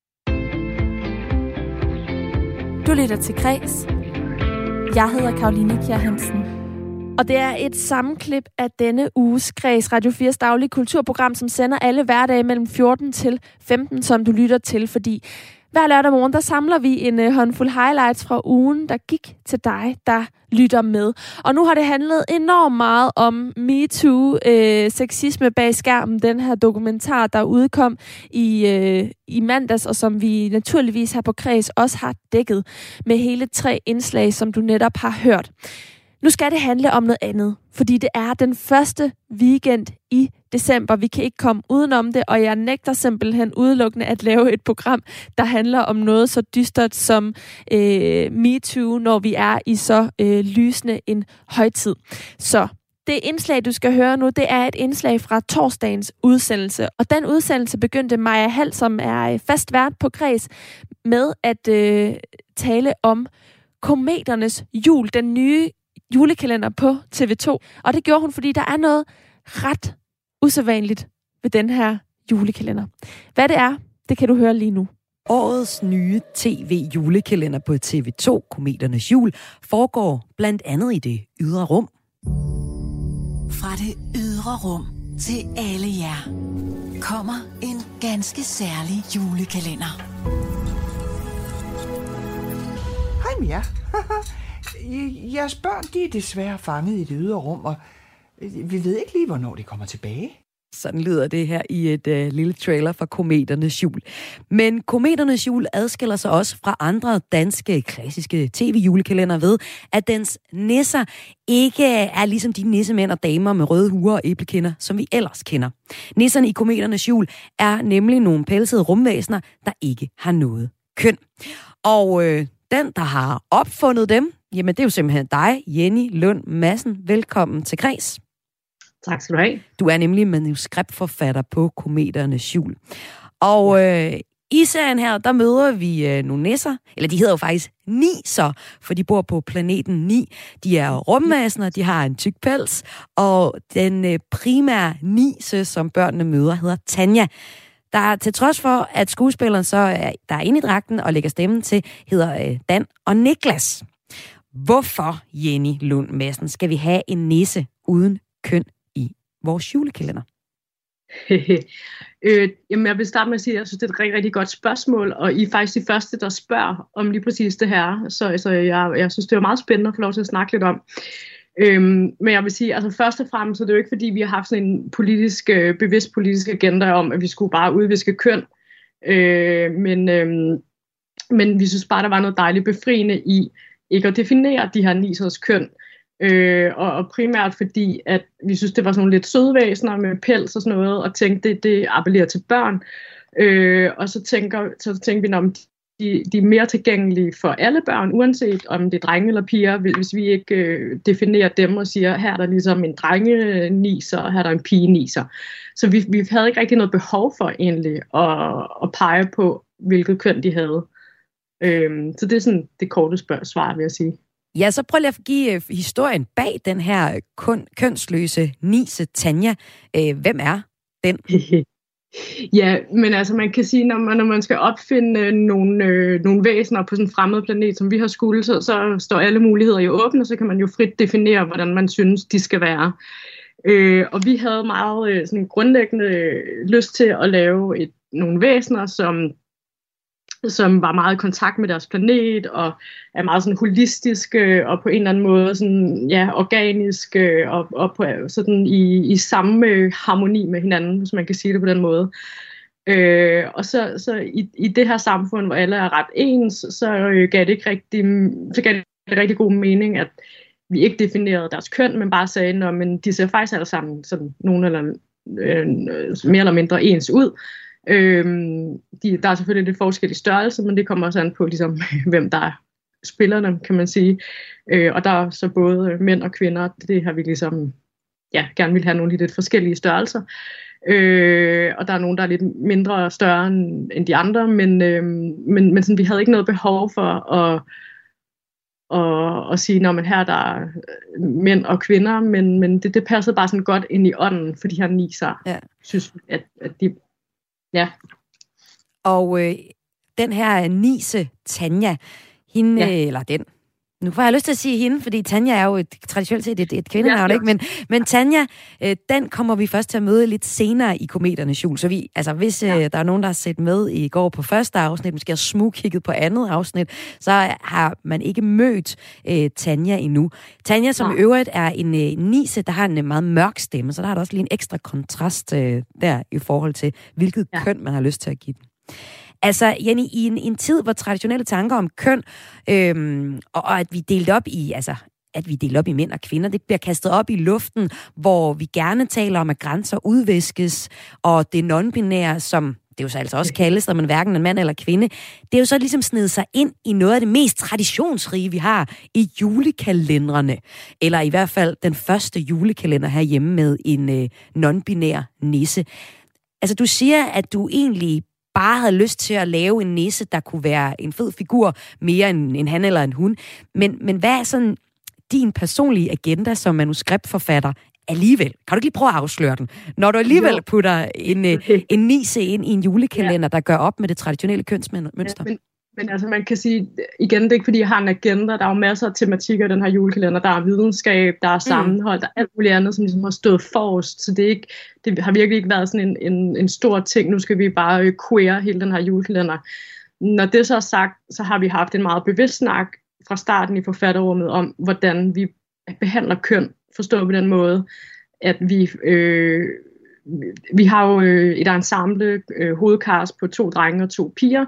Du lytter til Kreds. Jeg hedder Karoline Kjær Hansen. Og det er et sammenklip af denne uges Kreds, Radio 4's daglige kulturprogram, som sender alle hverdage mellem 14 til 15, som du lytter til, fordi hver lørdag morgen, der samler vi en håndfuld highlights fra ugen, der gik til dig, der lytter med. Og nu har det handlet enormt meget om MeToo, sexisme bag skærmen, den her dokumentar, der udkom i mandags, og som vi naturligvis her på Kreds også har dækket med hele 3 indslag, som du netop har hørt. Nu skal det handle om noget andet, fordi det er den første weekend i december. Vi kan ikke komme udenom det, og jeg nægter simpelthen udelukkende at lave et program, der handler om noget så dystert som MeToo, når vi er i så lysende en højtid. Så det indslag, du skal høre nu, det er et indslag fra torsdagens udsendelse. Og den udsendelse begyndte Maja Hall, som er fast vært på Kreds, med at tale om Kometernes Jul, den nye julekalender på TV2. Og det gjorde hun, fordi der er noget ret usædvanligt ved den her julekalender. Hvad det er, det kan du høre lige nu. Årets nye tv-julekalender på TV2, Kometernes Jul, foregår blandt andet i det ydre rum. Fra det ydre rum til alle jer kommer en ganske særlig julekalender. Hej med jer. Jeres børn, de er desværre fanget i det ydre rum, og Vi ved ikke lige, hvornår de kommer tilbage. Sådan lyder det her i et lille trailer fra Kometernes Jul. Men Kometernes Jul adskiller sig også fra andre danske klassiske tv-julekalender ved, at dens nisser ikke er ligesom de nissemænd og damer med røde huer og æblekinder, som vi ellers kender. Nisserne i Kometernes Jul er nemlig nogle pelsede rumvæsener, der ikke har noget køn. Og den, der har opfundet dem, jamen det er jo simpelthen dig, Jenny Lund Madsen. Velkommen til Græs. Tak skal du have. Du er nemlig manuskriptforfatter på Kometernes Jul. Og i serien her, der møder vi nogle nisser, eller de hedder jo faktisk niser, for de bor på planeten 9. De er rumvæsener, de har en tyk pels, og den primære nise, som børnene møder, hedder Tanja. Der til trods for, at skuespilleren så der er inde i dragten og lægger stemmen til, hedder Dan og Niklas. Hvorfor, Jenny Lund Madsen, skal vi have en nisse uden køn i vores julekalender? Jamen, jeg vil starte med at sige, at jeg synes, det er et rigtig, rigtig godt spørgsmål, og I er faktisk de første, der spørger om lige præcis det her, så jeg synes, det er meget spændende at få lov til at snakke lidt om. Men jeg vil sige, altså først og fremmest, så det er jo ikke fordi, vi har haft sådan en bevidst politisk agenda om, at vi skulle bare udviske køn, men vi synes bare, der var noget dejligt befriende i ikke at definere de her nisers køn. Og primært fordi, at vi synes, det var sådan nogle lidt søde væsener med pels og sådan noget, og tænkte, det appellerer til børn. Og så tænker vi, om de er mere tilgængelige for alle børn, uanset om det er drenge eller piger, hvis vi ikke definerer dem og siger, her er der ligesom en drenge-niser, og her er der en pige-niser. Så vi havde ikke rigtig noget behov for egentlig at pege på, hvilket køn de havde. Så det er sådan det korte svar, vil jeg sige. Ja, så prøv lige at give historien bag den her kønsløse nise Tanja. Hvem er den? Ja, men altså man kan sige, når man skal opfinde nogle væsener på sådan en fremmed planet, som vi har skulle, så står alle muligheder jo åbne, og så kan man jo frit definere, hvordan man synes, de skal være. Og vi havde meget sådan grundlæggende lyst til at lave nogle væsener, som var meget i kontakt med deres planet, og er meget sådan holistiske, og på en eller anden måde sådan, ja, organiske, og på, sådan i samme harmoni med hinanden, hvis man kan sige det på den måde. Og så i det her samfund, hvor alle er ret ens, så gav det rigtig god mening, at vi ikke definerede deres køn, men bare sagde, men de ser faktisk alle sammen sådan nogen eller mere eller mindre ens ud. Der er selvfølgelig lidt forskellige størrelser, men det kommer også an på, ligesom, hvem der spiller dem, kan man sige. Og der er så både mænd og kvinder, det har vi ligesom, ja, gerne vil have nogle lidt forskellige størrelser. Og der er nogen, der er lidt mindre større end de andre, men sådan, vi havde ikke noget behov for at sige, når man her der er mænd og kvinder, men det passede bare sådan godt ind i ånden for de her niser. Ja. Synes at de... Ja. Og den her nise Tanja, hende, ja. Eller den, nu får jeg lyst til at sige hende, fordi Tanja er jo traditionelt set et kvindenavn, ja, ikke? Men Tanja, den kommer vi først til at møde lidt senere i Kometernes Jul. Så hvis der er nogen, der har set med i går på første afsnit, måske har smugkigget på andet afsnit, så har man ikke mødt Tanja endnu. Tanja, som i øvrigt er en nise, der har en meget mørk stemme, så der er der også lige en ekstra kontrast der i forhold til, hvilket køn man har lyst til at give den. Altså, Jenny, i en tid, hvor traditionelle tanker om køn, og at vi delte op i mænd og kvinder, det bliver kastet op i luften, hvor vi gerne taler om, at grænser udviskes, og det non-binære, som det jo så altså også kaldes, når man hverken er mand eller kvinde, det er jo så ligesom snedet sig ind i noget af det mest traditionsrige, vi har i julekalenderne. Eller i hvert fald den første julekalender herhjemme med en non-binær nisse. Altså, du siger, at du egentlig bare havde lyst til at lave en nisse, der kunne være en fed figur, mere en han eller en hun. Men hvad er sådan din personlige agenda som manuskriptforfatter alligevel? Kan du ikke lige prøve at afsløre den? Når du alligevel putter en nisse ind i en julekalender, der gør op med det traditionelle kønsmønster. Ja, men altså man kan sige, igen, det er ikke fordi, jeg har en agenda. Der er jo masser af tematikker i den her julekalender. Der er videnskab, der er sammenhold, der er alt muligt andet, som ligesom har stået forrest. Så det har virkelig ikke været sådan en stor ting. Nu skal vi bare queer hele den her julekalender. Når det så er sagt, så har vi haft en meget bevidst snak fra starten i forfatterrummet om, hvordan vi behandler køn, forstået på den måde, at vi har jo et ensemble hovedcast på 2 drenge og 2 piger,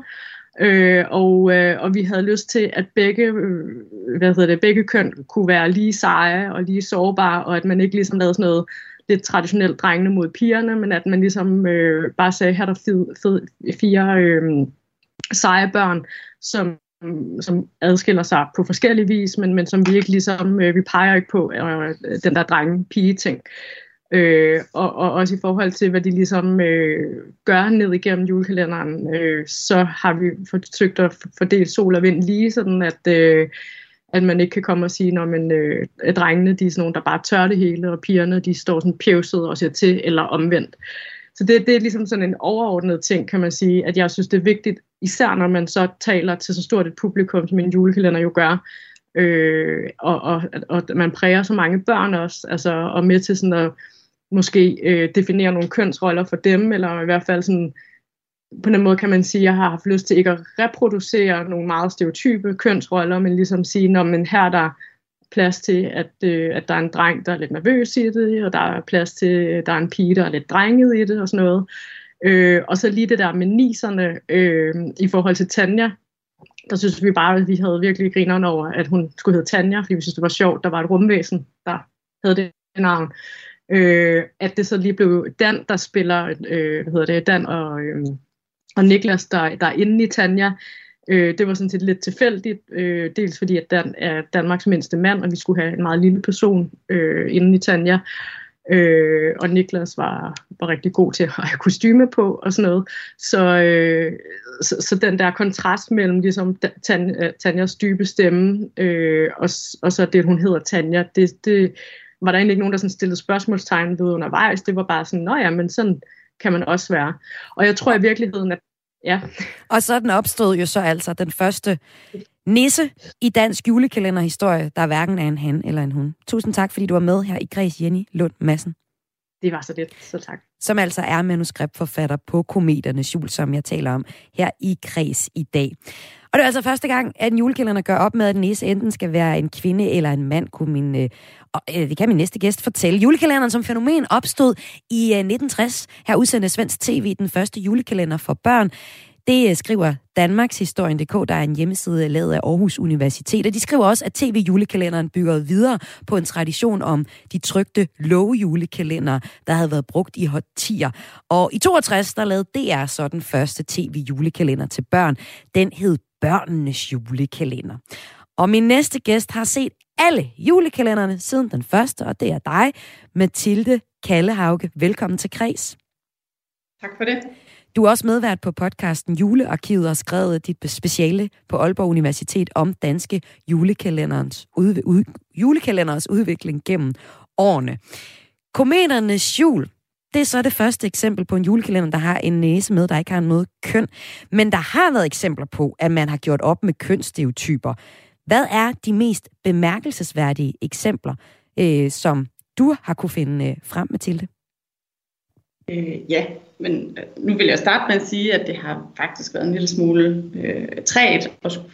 og vi havde lyst til, at begge køn kunne være lige seje og lige sårbare, og at man ikke ligesom lavede sådan noget lidt traditionelt drengene mod pigerne, men at man ligesom bare sagde, her er der 4 seje børn, som adskiller sig på forskellige vis, men som vi ikke ligesom, vi peger ikke på den der drenge-pige-ting. Og også i forhold til, hvad de ligesom gør ned igennem julekalenderen, så har vi forsøgt at fordele sol og vind lige, sådan at man ikke kan komme og sige, at drengene de er sådan nogle, der bare tør det hele, og pigerne de står sådan pjevset og ser til, eller omvendt. Så det er ligesom sådan en overordnet ting, kan man sige, at jeg synes, det er vigtigt, især når man så taler til så stort et publikum, som en julekalender jo gør, og man præger så mange børn også, altså, og med til sådan at måske definere nogle kønsroller for dem, eller i hvert fald sådan, på den måde kan man sige, at jeg har haft lyst til ikke at reproducere nogle meget stereotype kønsroller, men ligesom sige, men her er der plads til, at der er en dreng, der er lidt nervøs i det, og der er plads til, at der er en pige, der er lidt drenget i det, og sådan noget. Og så lige det der med niserne i forhold til Tanja, der synes vi bare, at vi havde virkelig grineren over, at hun skulle hedde Tanja, fordi vi synes, det var sjovt, der var et rumvæsen, der havde det navn. At det så lige blev Dan, der spiller, Dan og Niklas, der er inde i Tanja. Det var sådan set lidt tilfældigt, dels fordi, at Dan er Danmarks mindste mand, og vi skulle have en meget lille person inde i Tanja. Og Niklas var rigtig god til at have kostyme på og sådan noget. Så den der kontrast mellem ligesom Tanjas dybe stemme og så det, hun hedder Tanja, det var der egentlig ikke nogen, der sådan stillede spørgsmålstegn ved undervejs. Det var bare sådan, men sådan kan man også være. Og jeg tror i virkeligheden, at ja. Og sådan opstod jo så altså den første nisse i dansk julekalenderhistorie, der hverken er en han eller en hun. Tusind tak, fordi du var med her i Kreds, Jenny Lund Madsen. Det var så lidt, så tak. Som altså er manuskriptforfatter på Kometernes Jul, som jeg taler om her i Kreds i dag. Og det er altså første gang, at en julekalender gør op med, at en nisse enten skal være en kvinde eller en mand, det kan min næste gæst fortælle. Julekalenderen som fænomen opstod i 1960. Her udsendte Svensk TV den første julekalender for børn. Det skriver Danmarkshistorien.dk, der er en hjemmeside lavet af Aarhus Universitet. Og de skriver også, at TV-julekalenderen byggede videre på en tradition om de trykte lågejulekalender, der havde været brugt i årtier. Og i 62, der lavede DR så den første TV-julekalender til børn. Den hed Børnenes Julekalender. Og min næste gæst har set alle julekalenderne siden den første, og det er dig, Mathilde Kallehauge. Velkommen til Kreds. Tak for det. Du er også medvært på podcasten Julearkivet og skrevet dit speciale på Aalborg Universitet om danske julekalenderens udvikling gennem årene. Kometernes Jul, det er så det første eksempel på en julekalender, der har en næse med, der ikke har noget køn. Men der har været eksempler på, at man har gjort op med kønsstereotyper. Hvad er de mest bemærkelsesværdige eksempler, som du har kunne finde frem, Mathilde? Ja, men nu vil jeg starte med at sige, at det har faktisk været en lille smule trægt at skulle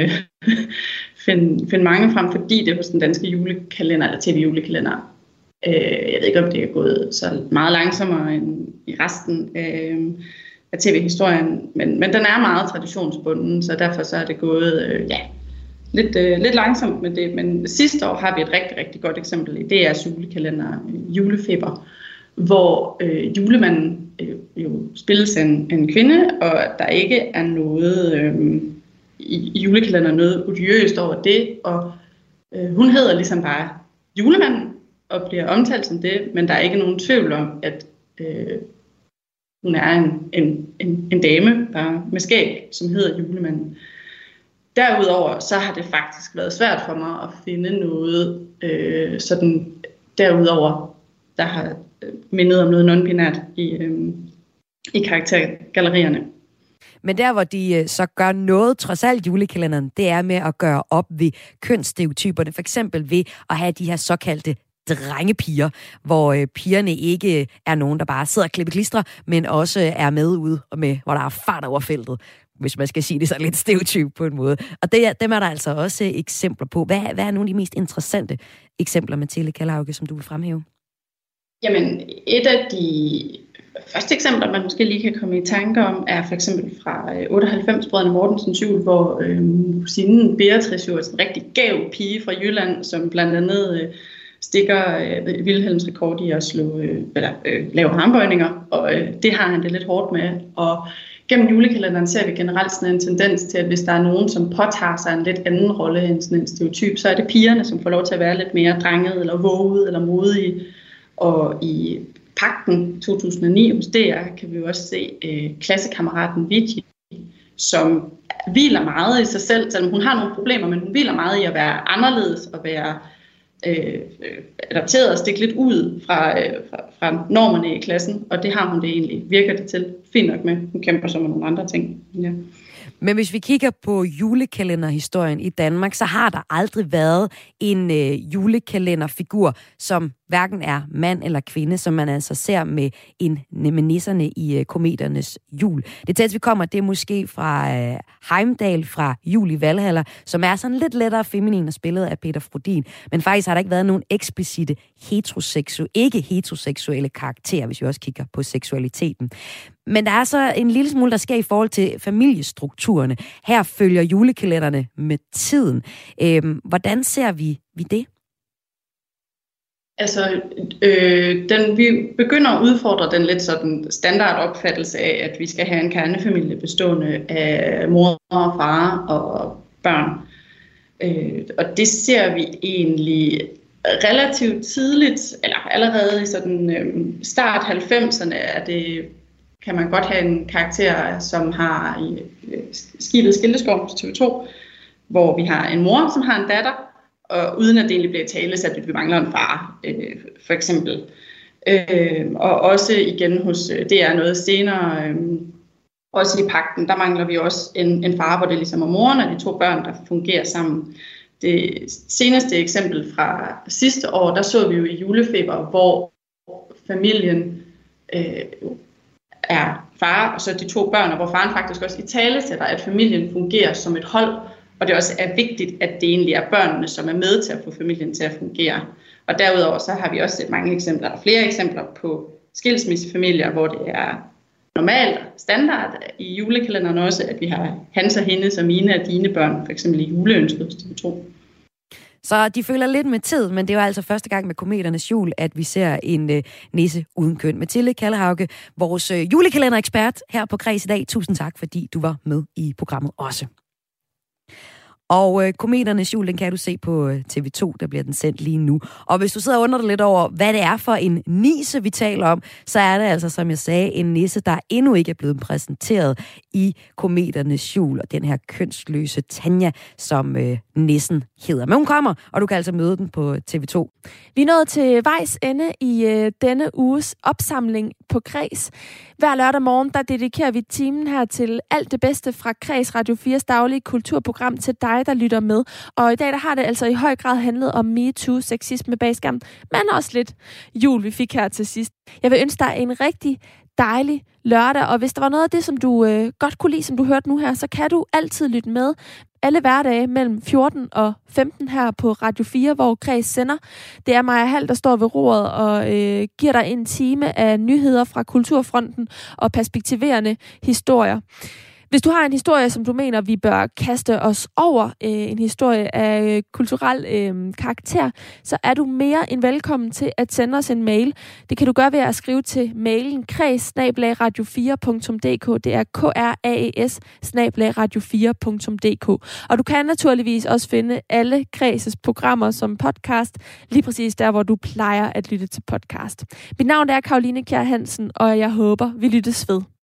finde mange frem, fordi det hos den danske julekalender, eller tv-julekalender, jeg ved ikke, om det er gået så meget langsommere end i resten af tv-historien, men den er meget traditionsbunden, så derfor så er det gået lidt langsomt med det. Men sidste år har vi et rigtig, rigtig godt eksempel i DR's julekalender, Julefeber, hvor julemanden jo spilles en kvinde, og der ikke er noget i julekalenderen noget odiøst over det, og hun hedder ligesom bare julemanden og bliver omtalt som det, men der er ikke nogen tvivl om, at hun er en dame bare med skæg, som hedder julemanden. Derudover så har det faktisk været svært for mig at finde noget sådan derudover, der har mindet om noget non-binært i karaktergallerierne. Men der, hvor de så gør noget, trods alt julekalenderen, det er med at gøre op ved kønsstereotyperne. For eksempel ved at have de her såkaldte drengepiger, hvor pigerne ikke er nogen, der bare sidder og klipper klister, men også er med ude, hvor der er fart over feltet, hvis man skal sige det så lidt stereotyp på en måde. Og dem er der altså også eksempler på. Hvad er nogle af de mest interessante eksempler, Mathilde Kallehauge, som du vil fremhæve? Jamen, et af de første eksempler, man måske lige kan komme i tanke om, er for eksempel fra 98 Brødrene Mortensens jul, hvor kusinen Beatrice jo er en rigtig gav pige fra Jylland, som blandt andet stikker Vilhelms rekord i at lave armbøjninger, og det har han det lidt hårdt med. Og gennem julekalenderen ser vi generelt sådan en tendens til, at hvis der er nogen, som påtager sig en lidt anden rolle end sådan en stereotyp, så er det pigerne, som får lov til at være lidt mere drengede, eller vågede, eller modige. Og i Pagten 2009 hos DR kan vi jo også se klassekammeraten Vicky, som hviler meget i sig selv, selvom hun har nogle problemer, men hun hviler meget i at være anderledes og være adapteret og stikke lidt ud fra normerne i klassen, og det har hun det egentlig, virker det til, fint nok med. Hun kæmper så med nogle andre ting. Ja. Men hvis vi kigger på julekalenderhistorien i Danmark, så har der aldrig været en julekalenderfigur, som hverken er mand eller kvinde, som man altså ser med nisserne i Kometernes jul. Det tætteste vi kommer, det er måske fra Heimdall fra Jul i Valhalla, som er sådan lidt lettere feminin og spillet af Peter Frodin. Men faktisk har der ikke været nogen eksplicite ikke-heteroseksuelle karakterer, hvis vi også kigger på seksualiteten. Men der er så en lille smule, der sker i forhold til familiestrukturerne. Her følger julekalenderne med tiden. Hvordan ser vi det? Altså, vi begynder at udfordre den lidt sådan standardopfattelse af, at vi skal have en kernefamilie bestående af mor og far og børn. Og det ser vi egentlig relativt tidligt, eller allerede i sådan start 90'erne, kan man godt have en karakter, som har i skibet Skildeskov på TV2, hvor vi har en mor, som har en datter, og uden at det egentlig bliver tale, så at vi mangler en far, for eksempel. Og også igen hos DR noget senere, også i Pagten, der mangler vi også en far, hvor det ligesom er moren og de to børn, der fungerer sammen. Det seneste eksempel fra sidste år, der så vi jo i Julefeber, hvor familien er far og så de to børn, og hvor faren faktisk også italesætter, at familien fungerer som et hold, og det også er vigtigt, at det egentlig er børnene, som er med til at få familien til at fungere. Og derudover så har vi også set mange eksempler, og flere eksempler på skilsmissefamilier, hvor det er normalt standard i julekalenderen også, at vi har hans og hendes og mine og dine børn, for eksempel i juleønsket hos TV2. Så de følger lidt med tid, men det var altså første gang med Kometernes jul, at vi ser en nisse uden køn. Mathilde Kallehauge, vores julekalenderekspert her på Kreds i dag. Tusind tak, fordi du var med i programmet også. Og Kometernes jul, den kan du se på TV2, der bliver den sendt lige nu. Og hvis du sidder og undrer dig lidt over, hvad det er for en nisse, vi taler om, så er det altså, som jeg sagde, en nisse, der endnu ikke er blevet præsenteret i Kometernes jul. Og den her kønsløse Tanja, som nissen hedder. Men hun kommer, og du kan altså møde den på TV2. Vi er nået til vejs ende i denne uges opsamling på Kreds. Hver lørdag morgen, der dedikerer vi timen her til alt det bedste fra Kreds Radio 4's daglige kulturprogram til dig, der lytter med. Og i dag, der har det altså i høj grad handlet om MeToo, sexisme bag skærmen, men også lidt jul, vi fik her til sidst. Jeg vil ønske dig en rigtig dejlig lørdag, og hvis der var noget af det, som du godt kunne lide, som du hørte nu her, så kan du altid lytte med alle hverdage mellem 14 og 15 her på Radio 4, hvor Kreds sender. Det er Maja Hall, der står ved roret og giver dig en time af nyheder fra kulturfronten og perspektiverende historier. Hvis du har en historie, som du mener, vi bør kaste os over, en historie af kulturel karakter, så er du mere end velkommen til at sende os en mail. Det kan du gøre ved at skrive til mailen kreds@radio4.dk. Det er kraes@radio4.dk. Og du kan naturligvis også finde alle Kreds' programmer som podcast, lige præcis der, hvor du plejer at lytte til podcast. Mit navn er Caroline Kjær Hansen, og jeg håber, vi lyttes ved.